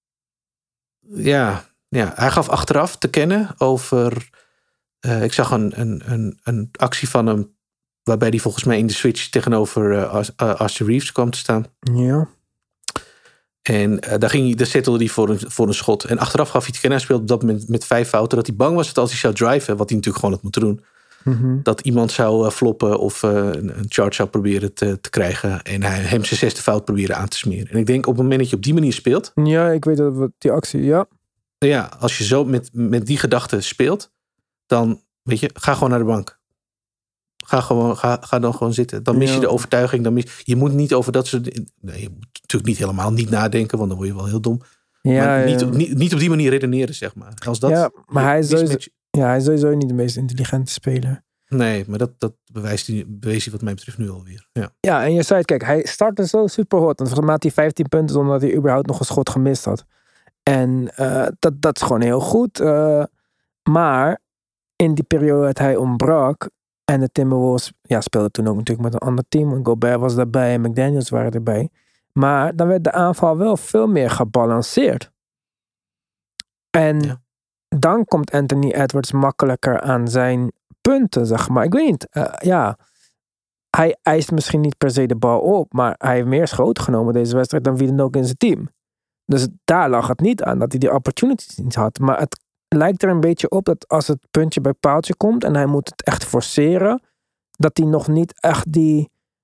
Ja, ja, hij gaf achteraf te kennen over... Uh, ik zag een, een, een, een actie van hem... waarbij hij volgens mij in de switch tegenover uh, Austin Reeves kwam te staan. Ja. En uh, daar, ging hij, daar settelde hij voor een, voor een schot. En achteraf gaf hij te kennen, hij speelde op dat moment met vijf fouten... dat hij bang was dat als hij zou driven, wat hij natuurlijk gewoon had moeten doen... Mm-hmm. dat iemand zou uh, floppen of uh, een, een charge zou proberen te, te krijgen... en hij hem zijn zesde fout proberen aan te smeren. En ik denk op het moment dat je op die manier speelt... Ja, ik weet dat die actie, ja. Ja, als je zo met, met die gedachten speelt... dan, weet je, ga gewoon naar de bank. Ga, gewoon, ga, ga dan gewoon zitten. Dan mis ja. je de overtuiging. Dan mis, je moet niet over dat soort... Nee, je moet natuurlijk niet helemaal niet nadenken... want dan word je wel heel dom. Ja, maar niet, ja. niet, niet op die manier redeneren, zeg maar. Als dat, ja, maar hij is, sowieso, ja, hij is sowieso niet de meest intelligente speler. Nee, maar dat, dat bewijst hij, bewees hij wat mij betreft nu alweer. Ja, ja en je zei het, kijk, hij startte zo super hot. Want volgens mij had hij vijftien punten zonder dat hij überhaupt nog een schot gemist had. En uh, dat, dat is gewoon heel goed. Uh, maar in die periode dat hij ontbrak... en de Timberwolves ja, speelden toen ook natuurlijk met een ander team. Want Gobert was daarbij en McDaniels waren erbij. Maar dan werd de aanval wel veel meer gebalanceerd. En ja. dan komt Anthony Edwards makkelijker aan zijn punten, zeg maar. Ik weet niet, uh, ja... Hij eist misschien niet per se de bal op... maar hij heeft meer schoten genomen deze wedstrijd... dan wie dan ook in zijn team. Dus daar lag het niet aan dat hij die opportunities niet had. Maar het lijkt er een beetje op dat als het puntje bij paaltje komt... en hij moet het echt forceren... dat hij nog niet echt die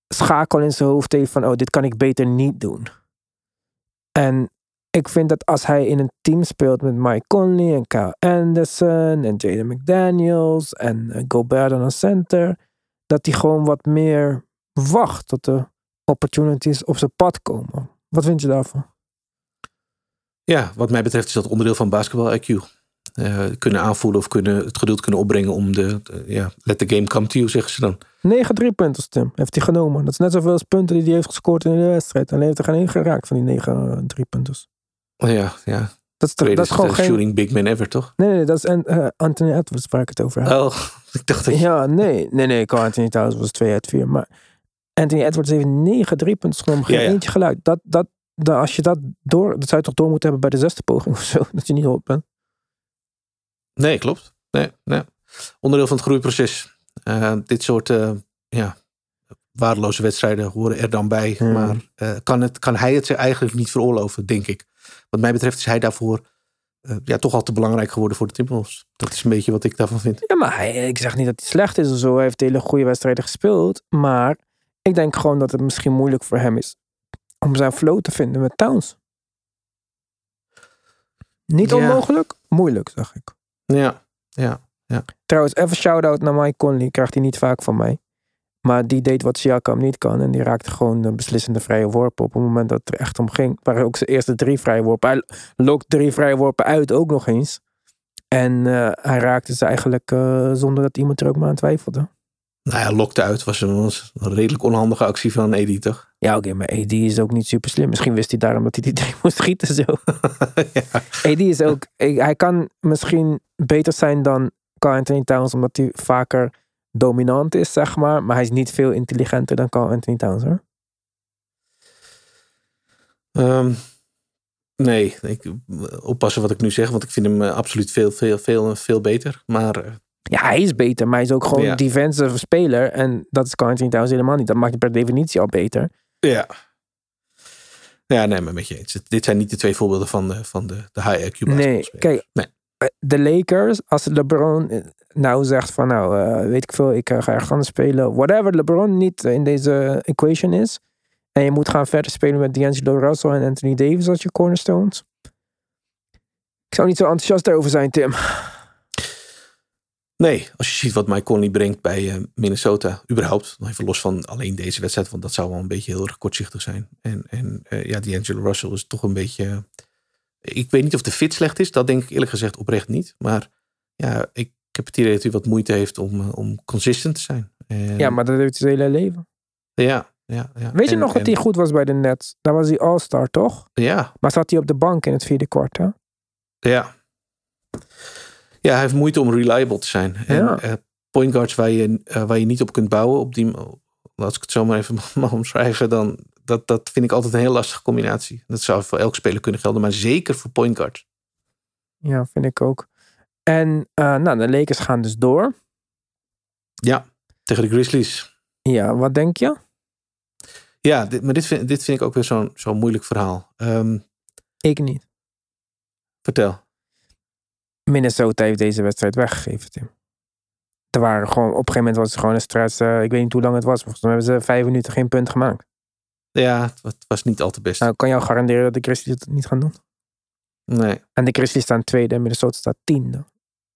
schakel in zijn hoofd heeft van, oh, dit kan ik beter niet doen. En ik vind dat als hij in een team speelt met Mike Conley en Kyle Anderson en Jaden McDaniels en uh, Gobert aan een center, dat hij gewoon wat meer wacht tot de opportunities op zijn pad komen. Wat vind je daarvan? Ja, wat mij betreft is dat onderdeel van basketbal I Q. Uh, kunnen aanvoelen of kunnen, het geduld kunnen opbrengen om de, de ja, let the game come to you, zeggen ze dan. Negen driepunters, Tim, heeft hij genomen. Dat is net zoveel als punten die hij heeft gescoord in de wedstrijd. En hij heeft er geen één geraakt van die negen uh, driepunters. Ja, ja. Dat is, dat, dat is gewoon uh, geen... shooting big man ever, toch? Nee, nee, dat is uh, Anthony Edwards waar ik het over heb. Oh, ik dacht dat je... Ja, nee, nee, nee, Anthony Towns was twee uit vier. Maar Anthony Edwards heeft negen driepunters genomen, geen ja, ja. eentje geluid. Dat, dat, dat, als je dat door, dat zou je toch door moeten hebben bij de zesde poging of zo, dat je niet op bent. Nee, klopt. Nee, nee. Onderdeel van het groeiproces. Uh, dit soort uh, ja, waardeloze wedstrijden horen er dan bij. Hmm. Maar uh, kan, het, kan hij het zich eigenlijk niet veroorloven, denk ik. Wat mij betreft is hij daarvoor uh, ja, toch al te belangrijk geworden voor de Timberwolves. Dat is een beetje wat ik daarvan vind. Ja, maar hij, ik zeg niet dat hij slecht is of zo. Hij heeft hele goede wedstrijden gespeeld. Maar ik denk gewoon dat het misschien moeilijk voor hem is om zijn flow te vinden met Towns. Niet ja. onmogelijk, moeilijk, zeg ik. Ja, ja, ja. Trouwens, even shout-out naar Mike Conley. Krijgt hij niet vaak van mij. Maar die deed wat Siakam niet kan. En die raakte gewoon de beslissende vrije worpen op het moment dat het er echt om ging. Het waren ook zijn eerste drie vrije worpen. Hij lokt drie vrije worpen uit ook nog eens. En uh, hij raakte ze eigenlijk uh, zonder dat iemand er ook maar aan twijfelde. Nou ja, lokte uit was een, was een redelijk onhandige actie van A D, toch? Ja, oké, okay, maar A D is ook niet super slim. Misschien wist hij daarom dat hij die drie moest schieten zo. Ja. A D is ook... Hij kan misschien beter zijn dan Karl Anthony Towns, omdat hij vaker dominant is, zeg maar. Maar hij is niet veel intelligenter dan Karl Anthony Towns, hoor. Um, nee, ik oppassen wat ik nu zeg, want ik vind hem uh, absoluut veel, veel, veel, veel beter. Maar... Uh, ja, hij is beter, maar hij is ook gewoon een ja. defensive speler. En dat is Karl Anthony Towns helemaal niet. Dat maakt hij per definitie al beter. Ja. Ja, nee, maar met je eens. Dit zijn niet de twee voorbeelden van de, van de, de high I Q nee, kijk, nee, de Lakers, als LeBron nou zegt van nou, uh, weet ik veel, ik uh, ga ergens anders spelen. Whatever LeBron niet in deze equation is. En je moet gaan verder spelen met D'Angelo Russell en Anthony Davis als je cornerstones. Ik zou niet zo enthousiast daarover zijn, Tim. Nee, als je ziet wat Mike Conley brengt bij uh, Minnesota, überhaupt, nog even los van alleen deze wedstrijd, want dat zou wel een beetje heel erg kortzichtig zijn. En, en uh, ja, D'Angelo Russell is toch een beetje... Uh, ik weet niet of de fit slecht is, dat denk ik eerlijk gezegd oprecht niet. Maar ja, ik, ik heb het idee dat hij wat moeite heeft om, uh, om consistent te zijn. En, ja, maar dat heeft zijn hele leven. Ja, ja, ja. Weet je en, nog dat en, hij goed was bij de Nets? Daar was hij all-star, toch? Ja. Maar zat hij op de bank in het vierde kwart, hè? Ja. Ja, hij heeft moeite om reliable te zijn. En ja. uh, point guards waar je, uh, waar je niet op kunt bouwen, op die, als ik het zo maar even mag omschrijven, dan dat, dat vind ik altijd een heel lastige combinatie. Dat zou voor elk speler kunnen gelden, maar zeker voor point guards. Ja, vind ik ook. En uh, nou, de Lakers gaan dus door. Ja, tegen de Grizzlies. Ja, wat denk je? Ja, dit, maar dit vind, dit vind ik ook weer zo'n zo'n moeilijk verhaal. Um, ik niet. Vertel. Minnesota heeft deze wedstrijd weggegeven, Tim. Er waren gewoon, op een gegeven moment was het gewoon een stress. Uh, ik weet niet hoe lang het was. Volgens mij hebben ze vijf minuten geen punt gemaakt. Ja, het was niet al te best. Nou, ik kan jou garanderen dat de Grizzlies het niet gaan doen. Nee. En de Grizzlies staan tweede en Minnesota staat tiende.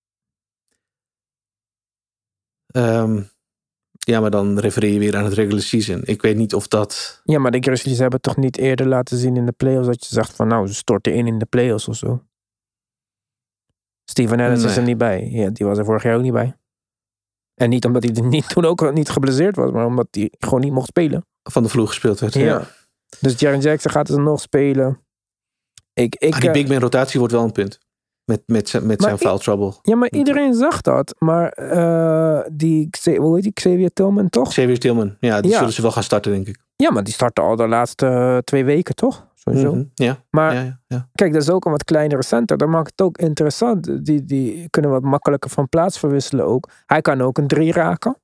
Um, ja, maar dan refereer je weer aan het regular season. Ik weet niet of dat... Ja, maar de Grizzlies hebben toch niet eerder laten zien in de playoffs dat je zegt van nou, ze storten in in de playoffs of zo. Steven Adams nee. is er niet bij. Ja, die was er vorig jaar ook niet bij. En niet omdat hij er niet, toen ook niet geblesseerd was, maar omdat hij gewoon niet mocht spelen. Van de vloer gespeeld werd. Ja. ja. Dus Jaren Jackson gaat er nog spelen. Ik, ik, ah, die big man rotatie wordt wel een punt. Met, met, met zijn foul trouble. Ja, maar iedereen zag dat. Maar uh, die, hoe heet die, Xavier Tillman, toch? Xavier Tillman, ja, die ja. zullen ze wel gaan starten, denk ik. Ja, maar die starten al de laatste uh, twee weken, toch? Sowieso. Mm-hmm. Ja. Maar ja, ja, ja. kijk, dat is ook een wat kleinere center. Dat maakt het ook interessant. Die, die kunnen wat makkelijker van plaats verwisselen ook. Hij kan ook een drie raken.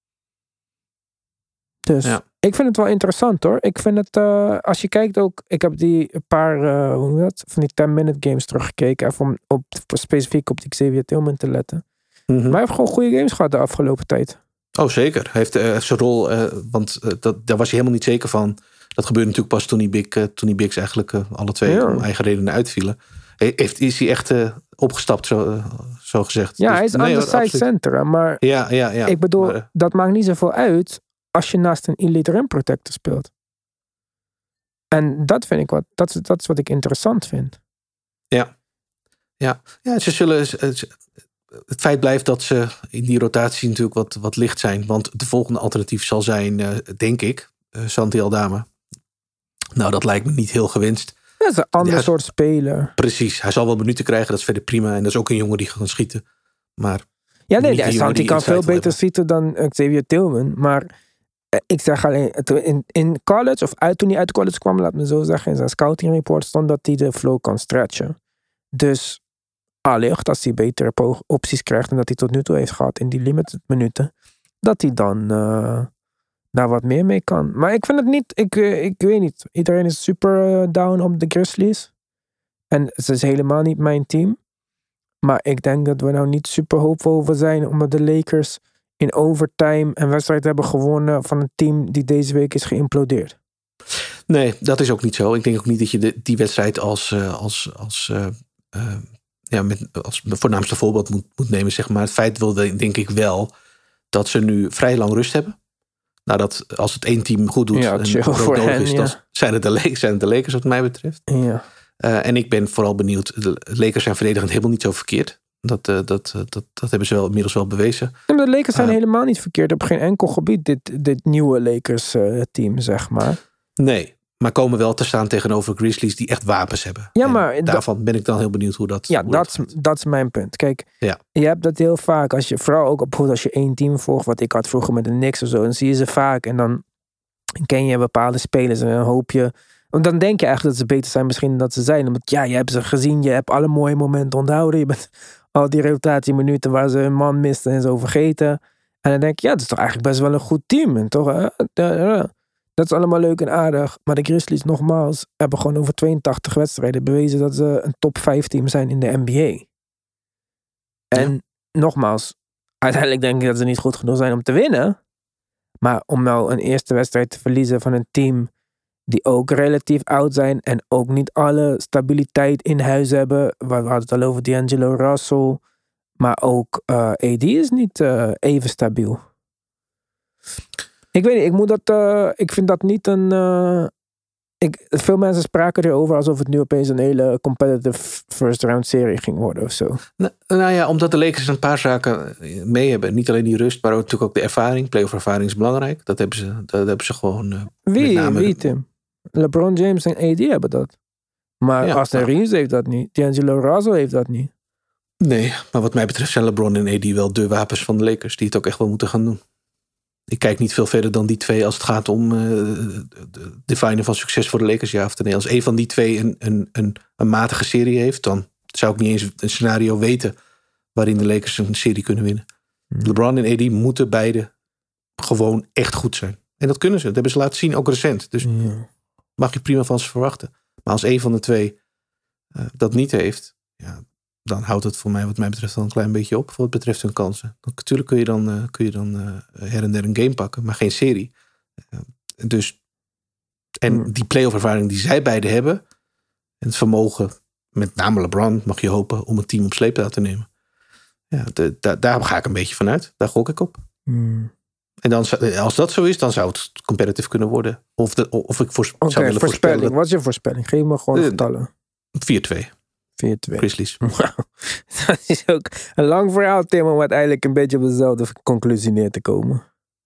Dus ja. ik vind het wel interessant, hoor. Ik vind het, uh, als je kijkt ook, ik heb die een paar, uh, hoe noem je dat, van die ten-minute games teruggekeken. Even om op, specifiek op die Xavier Tillman te letten. Mm-hmm. Maar hij heeft gewoon goede games gehad de afgelopen tijd. Oh, zeker. Hij heeft uh, zijn rol, uh, want uh, dat, daar was hij helemaal niet zeker van. Dat gebeurde natuurlijk pas toen die, Big, uh, toen die Bigs eigenlijk uh, alle twee ja. om eigen redenen uitvielen. He, heeft, is hij echt uh, opgestapt, zo, uh, zo gezegd. Ja, dus, hij is nee, underside center. Maar ja, ja, ja. ik bedoel, maar, uh, dat maakt niet zoveel uit als je naast een elite rim protector speelt. En dat vind ik wat, dat is, dat is wat ik interessant vind. Ja. Ja, ja ze zullen... Ze, het feit blijft dat ze in die rotatie natuurlijk wat, wat licht zijn. Want de volgende alternatief zal zijn, uh, denk ik, uh, Santi Aldama. Nou, dat lijkt me niet heel gewenst. Dat is een ander ja, soort speler. Precies, hij zal wel minuten krijgen, dat is verder prima. En dat is ook een jongen die kan schieten. Maar ja, nee, nee Santi kan veel beter hebben. schieten dan Xavier Tillman. Maar uh, ik zeg alleen, in, in college, of uit, toen hij uit college kwam, laat me zo zeggen, in zijn scouting report stond dat hij de flow kan stretchen. Dus allicht, als hij betere opties krijgt en dat hij tot nu toe heeft gehad in die limited minuten, dat hij dan uh, daar wat meer mee kan. Maar ik vind het niet, ik, uh, ik weet niet. Iedereen is super uh, down op de Grizzlies. En het is helemaal niet mijn team. Maar ik denk dat we nou niet super hoopvol over zijn, omdat de Lakers in overtime een wedstrijd hebben gewonnen van een team die deze week is geïmplodeerd. Nee, dat is ook niet zo. Ik denk ook niet dat je de, die wedstrijd als, uh, als, als uh, uh, ja, met, als voornaamste voorbeeld moet, moet nemen, zeg maar. Het feit wil denk ik wel dat ze nu vrij lang rust hebben. Nou, dat als het één team goed doet ja, en het ook nodig is, ja. dan zijn het, de Lakers, zijn het de Lakers wat mij betreft. Ja. Uh, en ik ben vooral benieuwd. De Lakers zijn verdedigend helemaal niet zo verkeerd. Dat, uh, dat, uh, dat, dat hebben ze wel inmiddels wel bewezen. Ja, maar de Lakers zijn uh, helemaal niet verkeerd op geen enkel gebied. Dit, dit nieuwe Lakers uh, team, zeg maar. Nee. Maar komen wel te staan tegenover Grizzlies die echt wapens hebben. Ja, maar en daarvan da- ben ik dan heel benieuwd hoe dat Ja, dat, dat, dat is mijn punt. Kijk, ja. je hebt dat heel vaak. Als je, vooral ook bijvoorbeeld als je één team volgt. Wat ik had vroeger met de Knicks of zo. Dan zie je ze vaak. En dan ken je bepaalde spelers. En dan hoop je... Want dan denk je eigenlijk dat ze beter zijn misschien dan dat ze zijn. Omdat ja, je hebt ze gezien. Je hebt alle mooie momenten onthouden. Je bent al die rotatieminuten waar ze een man misten en zo vergeten. En dan denk je, ja, dat is toch eigenlijk best wel een goed team. En toch, hè? Ja, ja. Dat is allemaal leuk en aardig. Maar de Grizzlies, nogmaals, hebben gewoon over tweeëntachtig wedstrijden bewezen dat ze een top vijf team zijn in de N B A. En ja. nogmaals, uiteindelijk denk ik dat ze niet goed genoeg zijn om te winnen. Maar om nou een eerste wedstrijd te verliezen van een team die ook relatief oud zijn en ook niet alle stabiliteit in huis hebben. We hadden het al over D'Angelo Russell. Maar ook uh, A D is niet uh, even stabiel. Ik weet niet, ik moet dat, uh, ik vind dat niet een, uh, ik, veel mensen spraken erover alsof het nu opeens een hele competitive first round serie ging worden of zo. Nou, nou ja, omdat de Lakers een paar zaken mee hebben. Niet alleen die rust, maar ook, natuurlijk ook de ervaring. Playoff ervaring is belangrijk. Dat hebben ze, dat hebben ze gewoon. Uh, Wie, met name, wie Tim? LeBron James en A D hebben dat. Maar ja, Austin Reeves heeft dat niet. D'Angelo Russell heeft dat niet. Nee, maar wat mij betreft zijn LeBron en A D wel de wapens van de Lakers die het ook echt wel moeten gaan doen. Ik kijk niet veel verder dan die twee als het gaat om uh, de definen van succes voor de Lakers, ja of nee. Als een van die twee een, een, een, een matige serie heeft, dan zou ik niet eens een scenario weten waarin de Lakers een serie kunnen winnen. Hmm. LeBron en A D moeten beide gewoon echt goed zijn. En dat kunnen ze. Dat hebben ze laten zien, ook recent. Dus hmm. mag je prima van ze verwachten. Maar als een van de twee uh, dat niet heeft, ja, dan houdt het voor mij wat mij betreft wel een klein beetje op. Voor wat betreft hun kansen. Natuurlijk kun je dan, uh, kun je dan uh, her en der een game pakken. Maar geen serie. Uh, dus, en mm. die playoff ervaring die zij beide hebben. En het vermogen, met name LeBron, mag je hopen om een team op sleeptouw te nemen. Ja, de, da, daar ga ik een beetje vanuit. Daar gok ik op. Mm. En dan, als dat zo is, dan zou het competitive kunnen worden. Of, de, of ik voor, okay, zou willen voorspelling. Dat, wat is je voorspelling? Geef me gewoon uh, getallen. vier twee. vier twee. Grizzlies. Dat is ook een lang verhaal, Tim, om uiteindelijk een beetje op dezelfde conclusie neer te komen.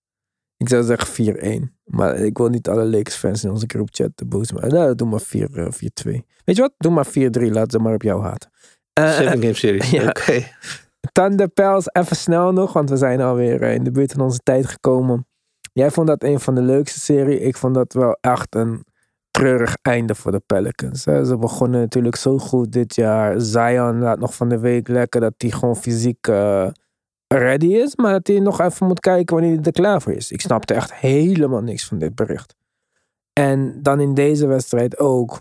Ik zou zeggen vier één. Maar ik wil niet alle Lakers fans in onze groupchat te boos maken. Nou, doe maar vier twee. Weet je wat? Doe maar vier drie. Laat ze maar op jou haten. Uh, Seven game series. Ja. Oké. Okay. Thunder Pels, even snel nog, want we zijn alweer in de buurt van onze tijd gekomen. Jij vond dat een van de leukste series. Ik vond dat wel echt een treurig einde voor de Pelicans. Ze begonnen natuurlijk zo goed dit jaar. Zion laat nog van de week lekker dat hij gewoon fysiek uh, ready is. Maar dat hij nog even moet kijken wanneer hij er klaar voor is. Ik snapte echt helemaal niks van dit bericht. En dan in deze wedstrijd ook.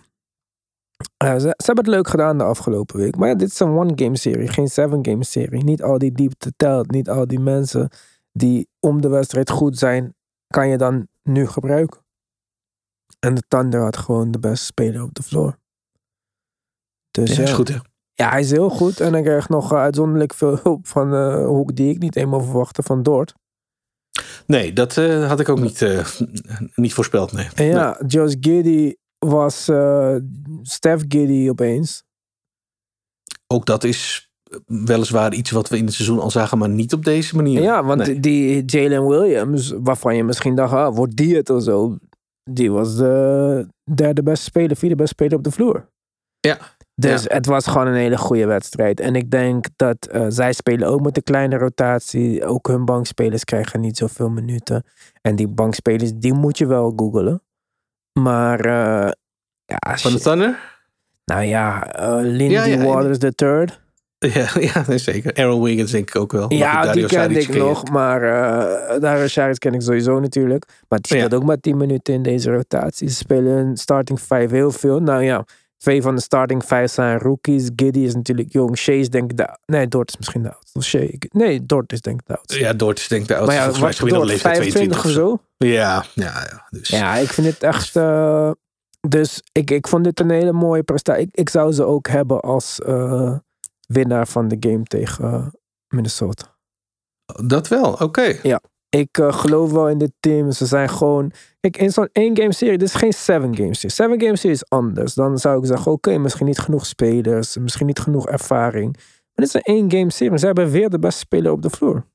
Uh, ze, ze hebben het leuk gedaan de afgelopen week. Maar ja, dit is een one-game serie, geen seven-game serie. Niet al die diepte telt, niet al die mensen die om de wedstrijd goed zijn, kan je dan nu gebruiken. En de Thunder had gewoon de beste speler op de vloer. Dus Ja, ja, is goed, hè? ja, hij is heel goed. En hij krijgt nog uh, uitzonderlijk veel hulp van uh, hoek die ik niet eenmaal verwachtte van Dort. Nee, dat uh, had ik ook niet, uh, niet voorspeld, nee. En ja, nee. Josh Giddey was uh, Steph Giddey opeens. Ook dat is weliswaar iets wat we in het seizoen al zagen, maar niet op deze manier. Ja, want nee. die Jalen Williams, waarvan je misschien dacht, ah, wordt die het of zo, die was de derde beste speler, vierde beste speler op de vloer. Ja. Dus ja. het was gewoon een hele goede wedstrijd. En ik denk dat uh, zij spelen ook met een kleine rotatie. Ook hun bankspelers krijgen niet zoveel minuten. En die bankspelers, die moet je wel googlen. Maar uh, ja, van de Thunder? Nou ja, uh, Lindy ja, ja, Waters de third. Ja, ja nee, zeker. Aaron Wiggins denk ik ook wel. Ja, die kende ik nog. Maar uh, Dario Saric ken ik sowieso natuurlijk. Maar die speelt ja. ook maar tien minuten in deze rotatie. Ze spelen een starting five heel veel. Nou ja, twee van de starting five zijn rookies. Giddey is natuurlijk jong. Shea is denk ik de... Nee, Dort is misschien de oudste. Shea... Nee, Dort is denk ik de oudste. Ja, Dort is denk ik de oudste. Maar ja, volgens mij is Dort vijfentwintig of zo? Ja, ja, ja. Dus. Ja, ik vind het echt... Uh, dus ik, ik vond dit een hele mooie prestatie. Ik, ik zou ze ook hebben als uh, winnaar van de game tegen uh, Minnesota. Dat wel, oké. Okay. Ja, ik uh, geloof wel in dit team. Ze zijn gewoon... Kijk, in zo'n één game serie, dit is geen seven game serie. Seven game serie is anders. Dan zou ik zeggen, oké, okay, misschien niet genoeg spelers. Misschien niet genoeg ervaring. Maar dit is een één game serie. Ze hebben weer de beste speler op de vloer.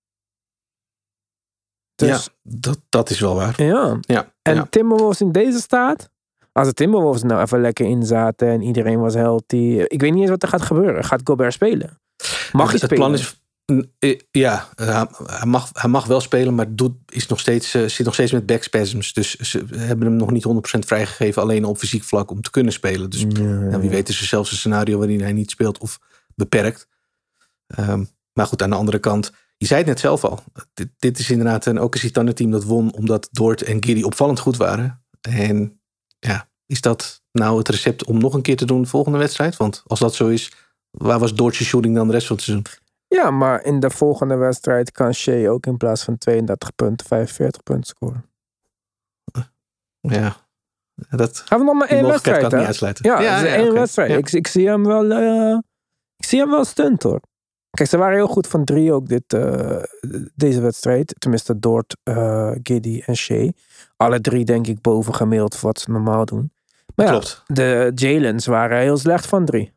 Dus, ja, dat, dat is wel waar. Ja. ja en ja. Timberwolves in deze staat... Als de Timberwolves nou even lekker in zaten en iedereen was healthy. Ik weet niet eens wat er gaat gebeuren. Gaat Gobert spelen? Mag hij het, spelen? Het plan is... Ja, hij mag, hij mag wel spelen, maar doet, is nog steeds, zit nog steeds met backspasms. Dus ze hebben hem nog niet honderd procent vrijgegeven, alleen op fysiek vlak om te kunnen spelen. Dus ja, ja. Nou, wie weet is er zelfs een scenario waarin hij niet speelt of beperkt. Um, maar goed, aan de andere kant, je zei het net zelf al. Dit, dit is inderdaad een O K C Thunder team dat won omdat Dort en Giddey opvallend goed waren. En ja, is dat nou het recept om nog een keer te doen de volgende wedstrijd? Want als dat zo is, waar was Dort's shooting dan de rest van het seizoen? Ja, maar in de volgende wedstrijd kan Shea ook in plaats van tweeëndertig punten vijfenveertig punten scoren. Ja, dat... Gaan we nog maar één wedstrijd, kan hè? Niet uitsluiten. Ja, ja, ja, ja één okay. wedstrijd. Ja. Ik, ik zie hem wel... Uh, ik zie hem wel stunt, hoor. Kijk, ze waren heel goed van drie ook dit, uh, deze wedstrijd. Tenminste, Dort, uh, Giddey en Shea. Alle drie denk ik boven gemiddeld voor wat ze normaal doen. Maar Klopt. Ja, de Jalen's waren heel slecht van drie.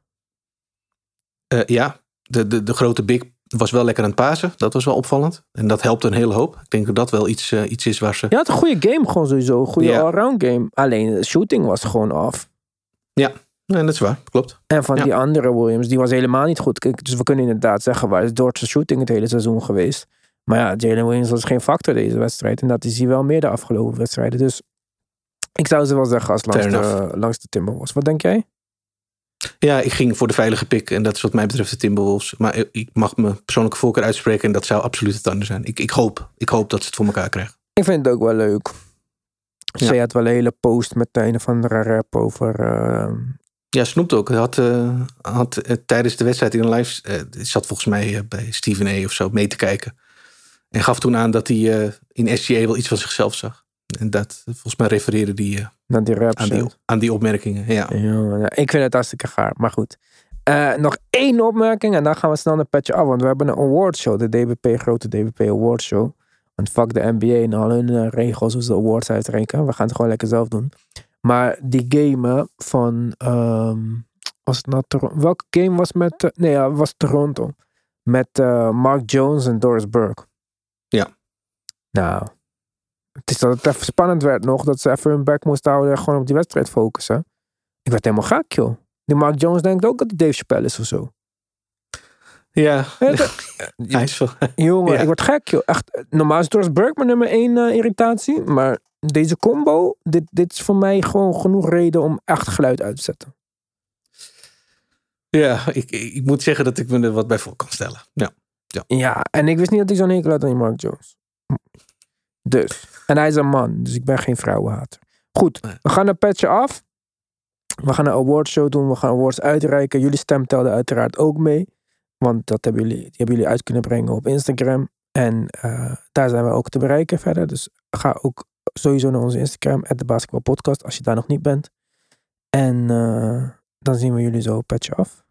Uh, ja, de, de, de grote big was wel lekker aan het pasen. Dat was wel opvallend. En dat helpt een hele hoop. Ik denk dat dat wel iets, uh, iets is waar ze... Ja, het een goede game gewoon sowieso. Een goede ja. allround game. Alleen de shooting was gewoon af. Ja, nee, dat is waar. Klopt. En van ja. die andere Williams, die was helemaal niet goed. Kijk, dus we kunnen inderdaad zeggen, waar is Dort's shooting het hele seizoen geweest? Maar ja, Jalen Williams was geen factor deze wedstrijd. En dat is hij wel meer de afgelopen wedstrijden. Dus ik zou ze wel zeggen als langs de, langs de Timberwolves. Wat denk jij? Ja, ik ging voor de veilige pick. En dat is wat mij betreft de Timberwolves. Maar ik mag mijn persoonlijke voorkeur uitspreken. En dat zou absoluut het Thunder zijn. Ik, ik, hoop, ik hoop dat ze het voor elkaar krijgen. Ik vind het ook wel leuk. Ja. Ze had wel een hele post met een of andere rap over... Uh... Ja, Snoop ook. Hij had, uh, had uh, tijdens de wedstrijd in een live... Uh, zat volgens mij uh, bij Stephen A. of zo mee te kijken. En gaf toen aan dat hij uh, in S G A wel iets van zichzelf zag. En dat, volgens mij refereerde die, uh, naar die rap aan, die, aan die opmerkingen. Ja. Ja, ja, ik vind het hartstikke gaar, maar goed. Uh, nog één opmerking en dan gaan we snel naar Petje af. Want we hebben een awardshow, de D B P, grote D B P awardshow. Want fuck de N B A en al hun uh, regels, hoe ze de awards uitrekenen. We gaan het gewoon lekker zelf doen. Maar die game van... Um, was het nou Toronto? Welke game was met... Uh, nee, ja, was Toronto. Met uh, Mark Jones en Doris Burke. Ja. Nou... Het is dat het even spannend werd nog. Dat ze even hun back moesten houden en gewoon op die wedstrijd focussen. Ik werd helemaal gek, joh. Die Mark Jones denkt ook dat hij Dave Chappelle is of zo. Ja. Hij is wel... Jongen, ja. ik word gek, joh. Echt, normaal is Doris Burke mijn nummer één uh, irritatie. Maar deze combo, dit, dit is voor mij gewoon genoeg reden om echt geluid uit te zetten. Ja, ik, ik moet zeggen dat ik me er wat bij voor kan stellen. Ja. Ja, ja en ik wist niet dat hij zo'n hekel had aan die Mark Jones. Dus. En hij is een man. Dus ik ben geen vrouwenhater. Goed. We gaan een petje af. We gaan een awardshow doen. We gaan awards uitreiken. Jullie stem telde uiteraard ook mee. Want dat hebben jullie, die hebben jullie uit kunnen brengen op Instagram. En uh, daar zijn we ook te bereiken verder. Dus ga ook sowieso naar onze Instagram, at de basketbalpodcast, als je daar nog niet bent. En uh, dan zien we jullie zo, petje af.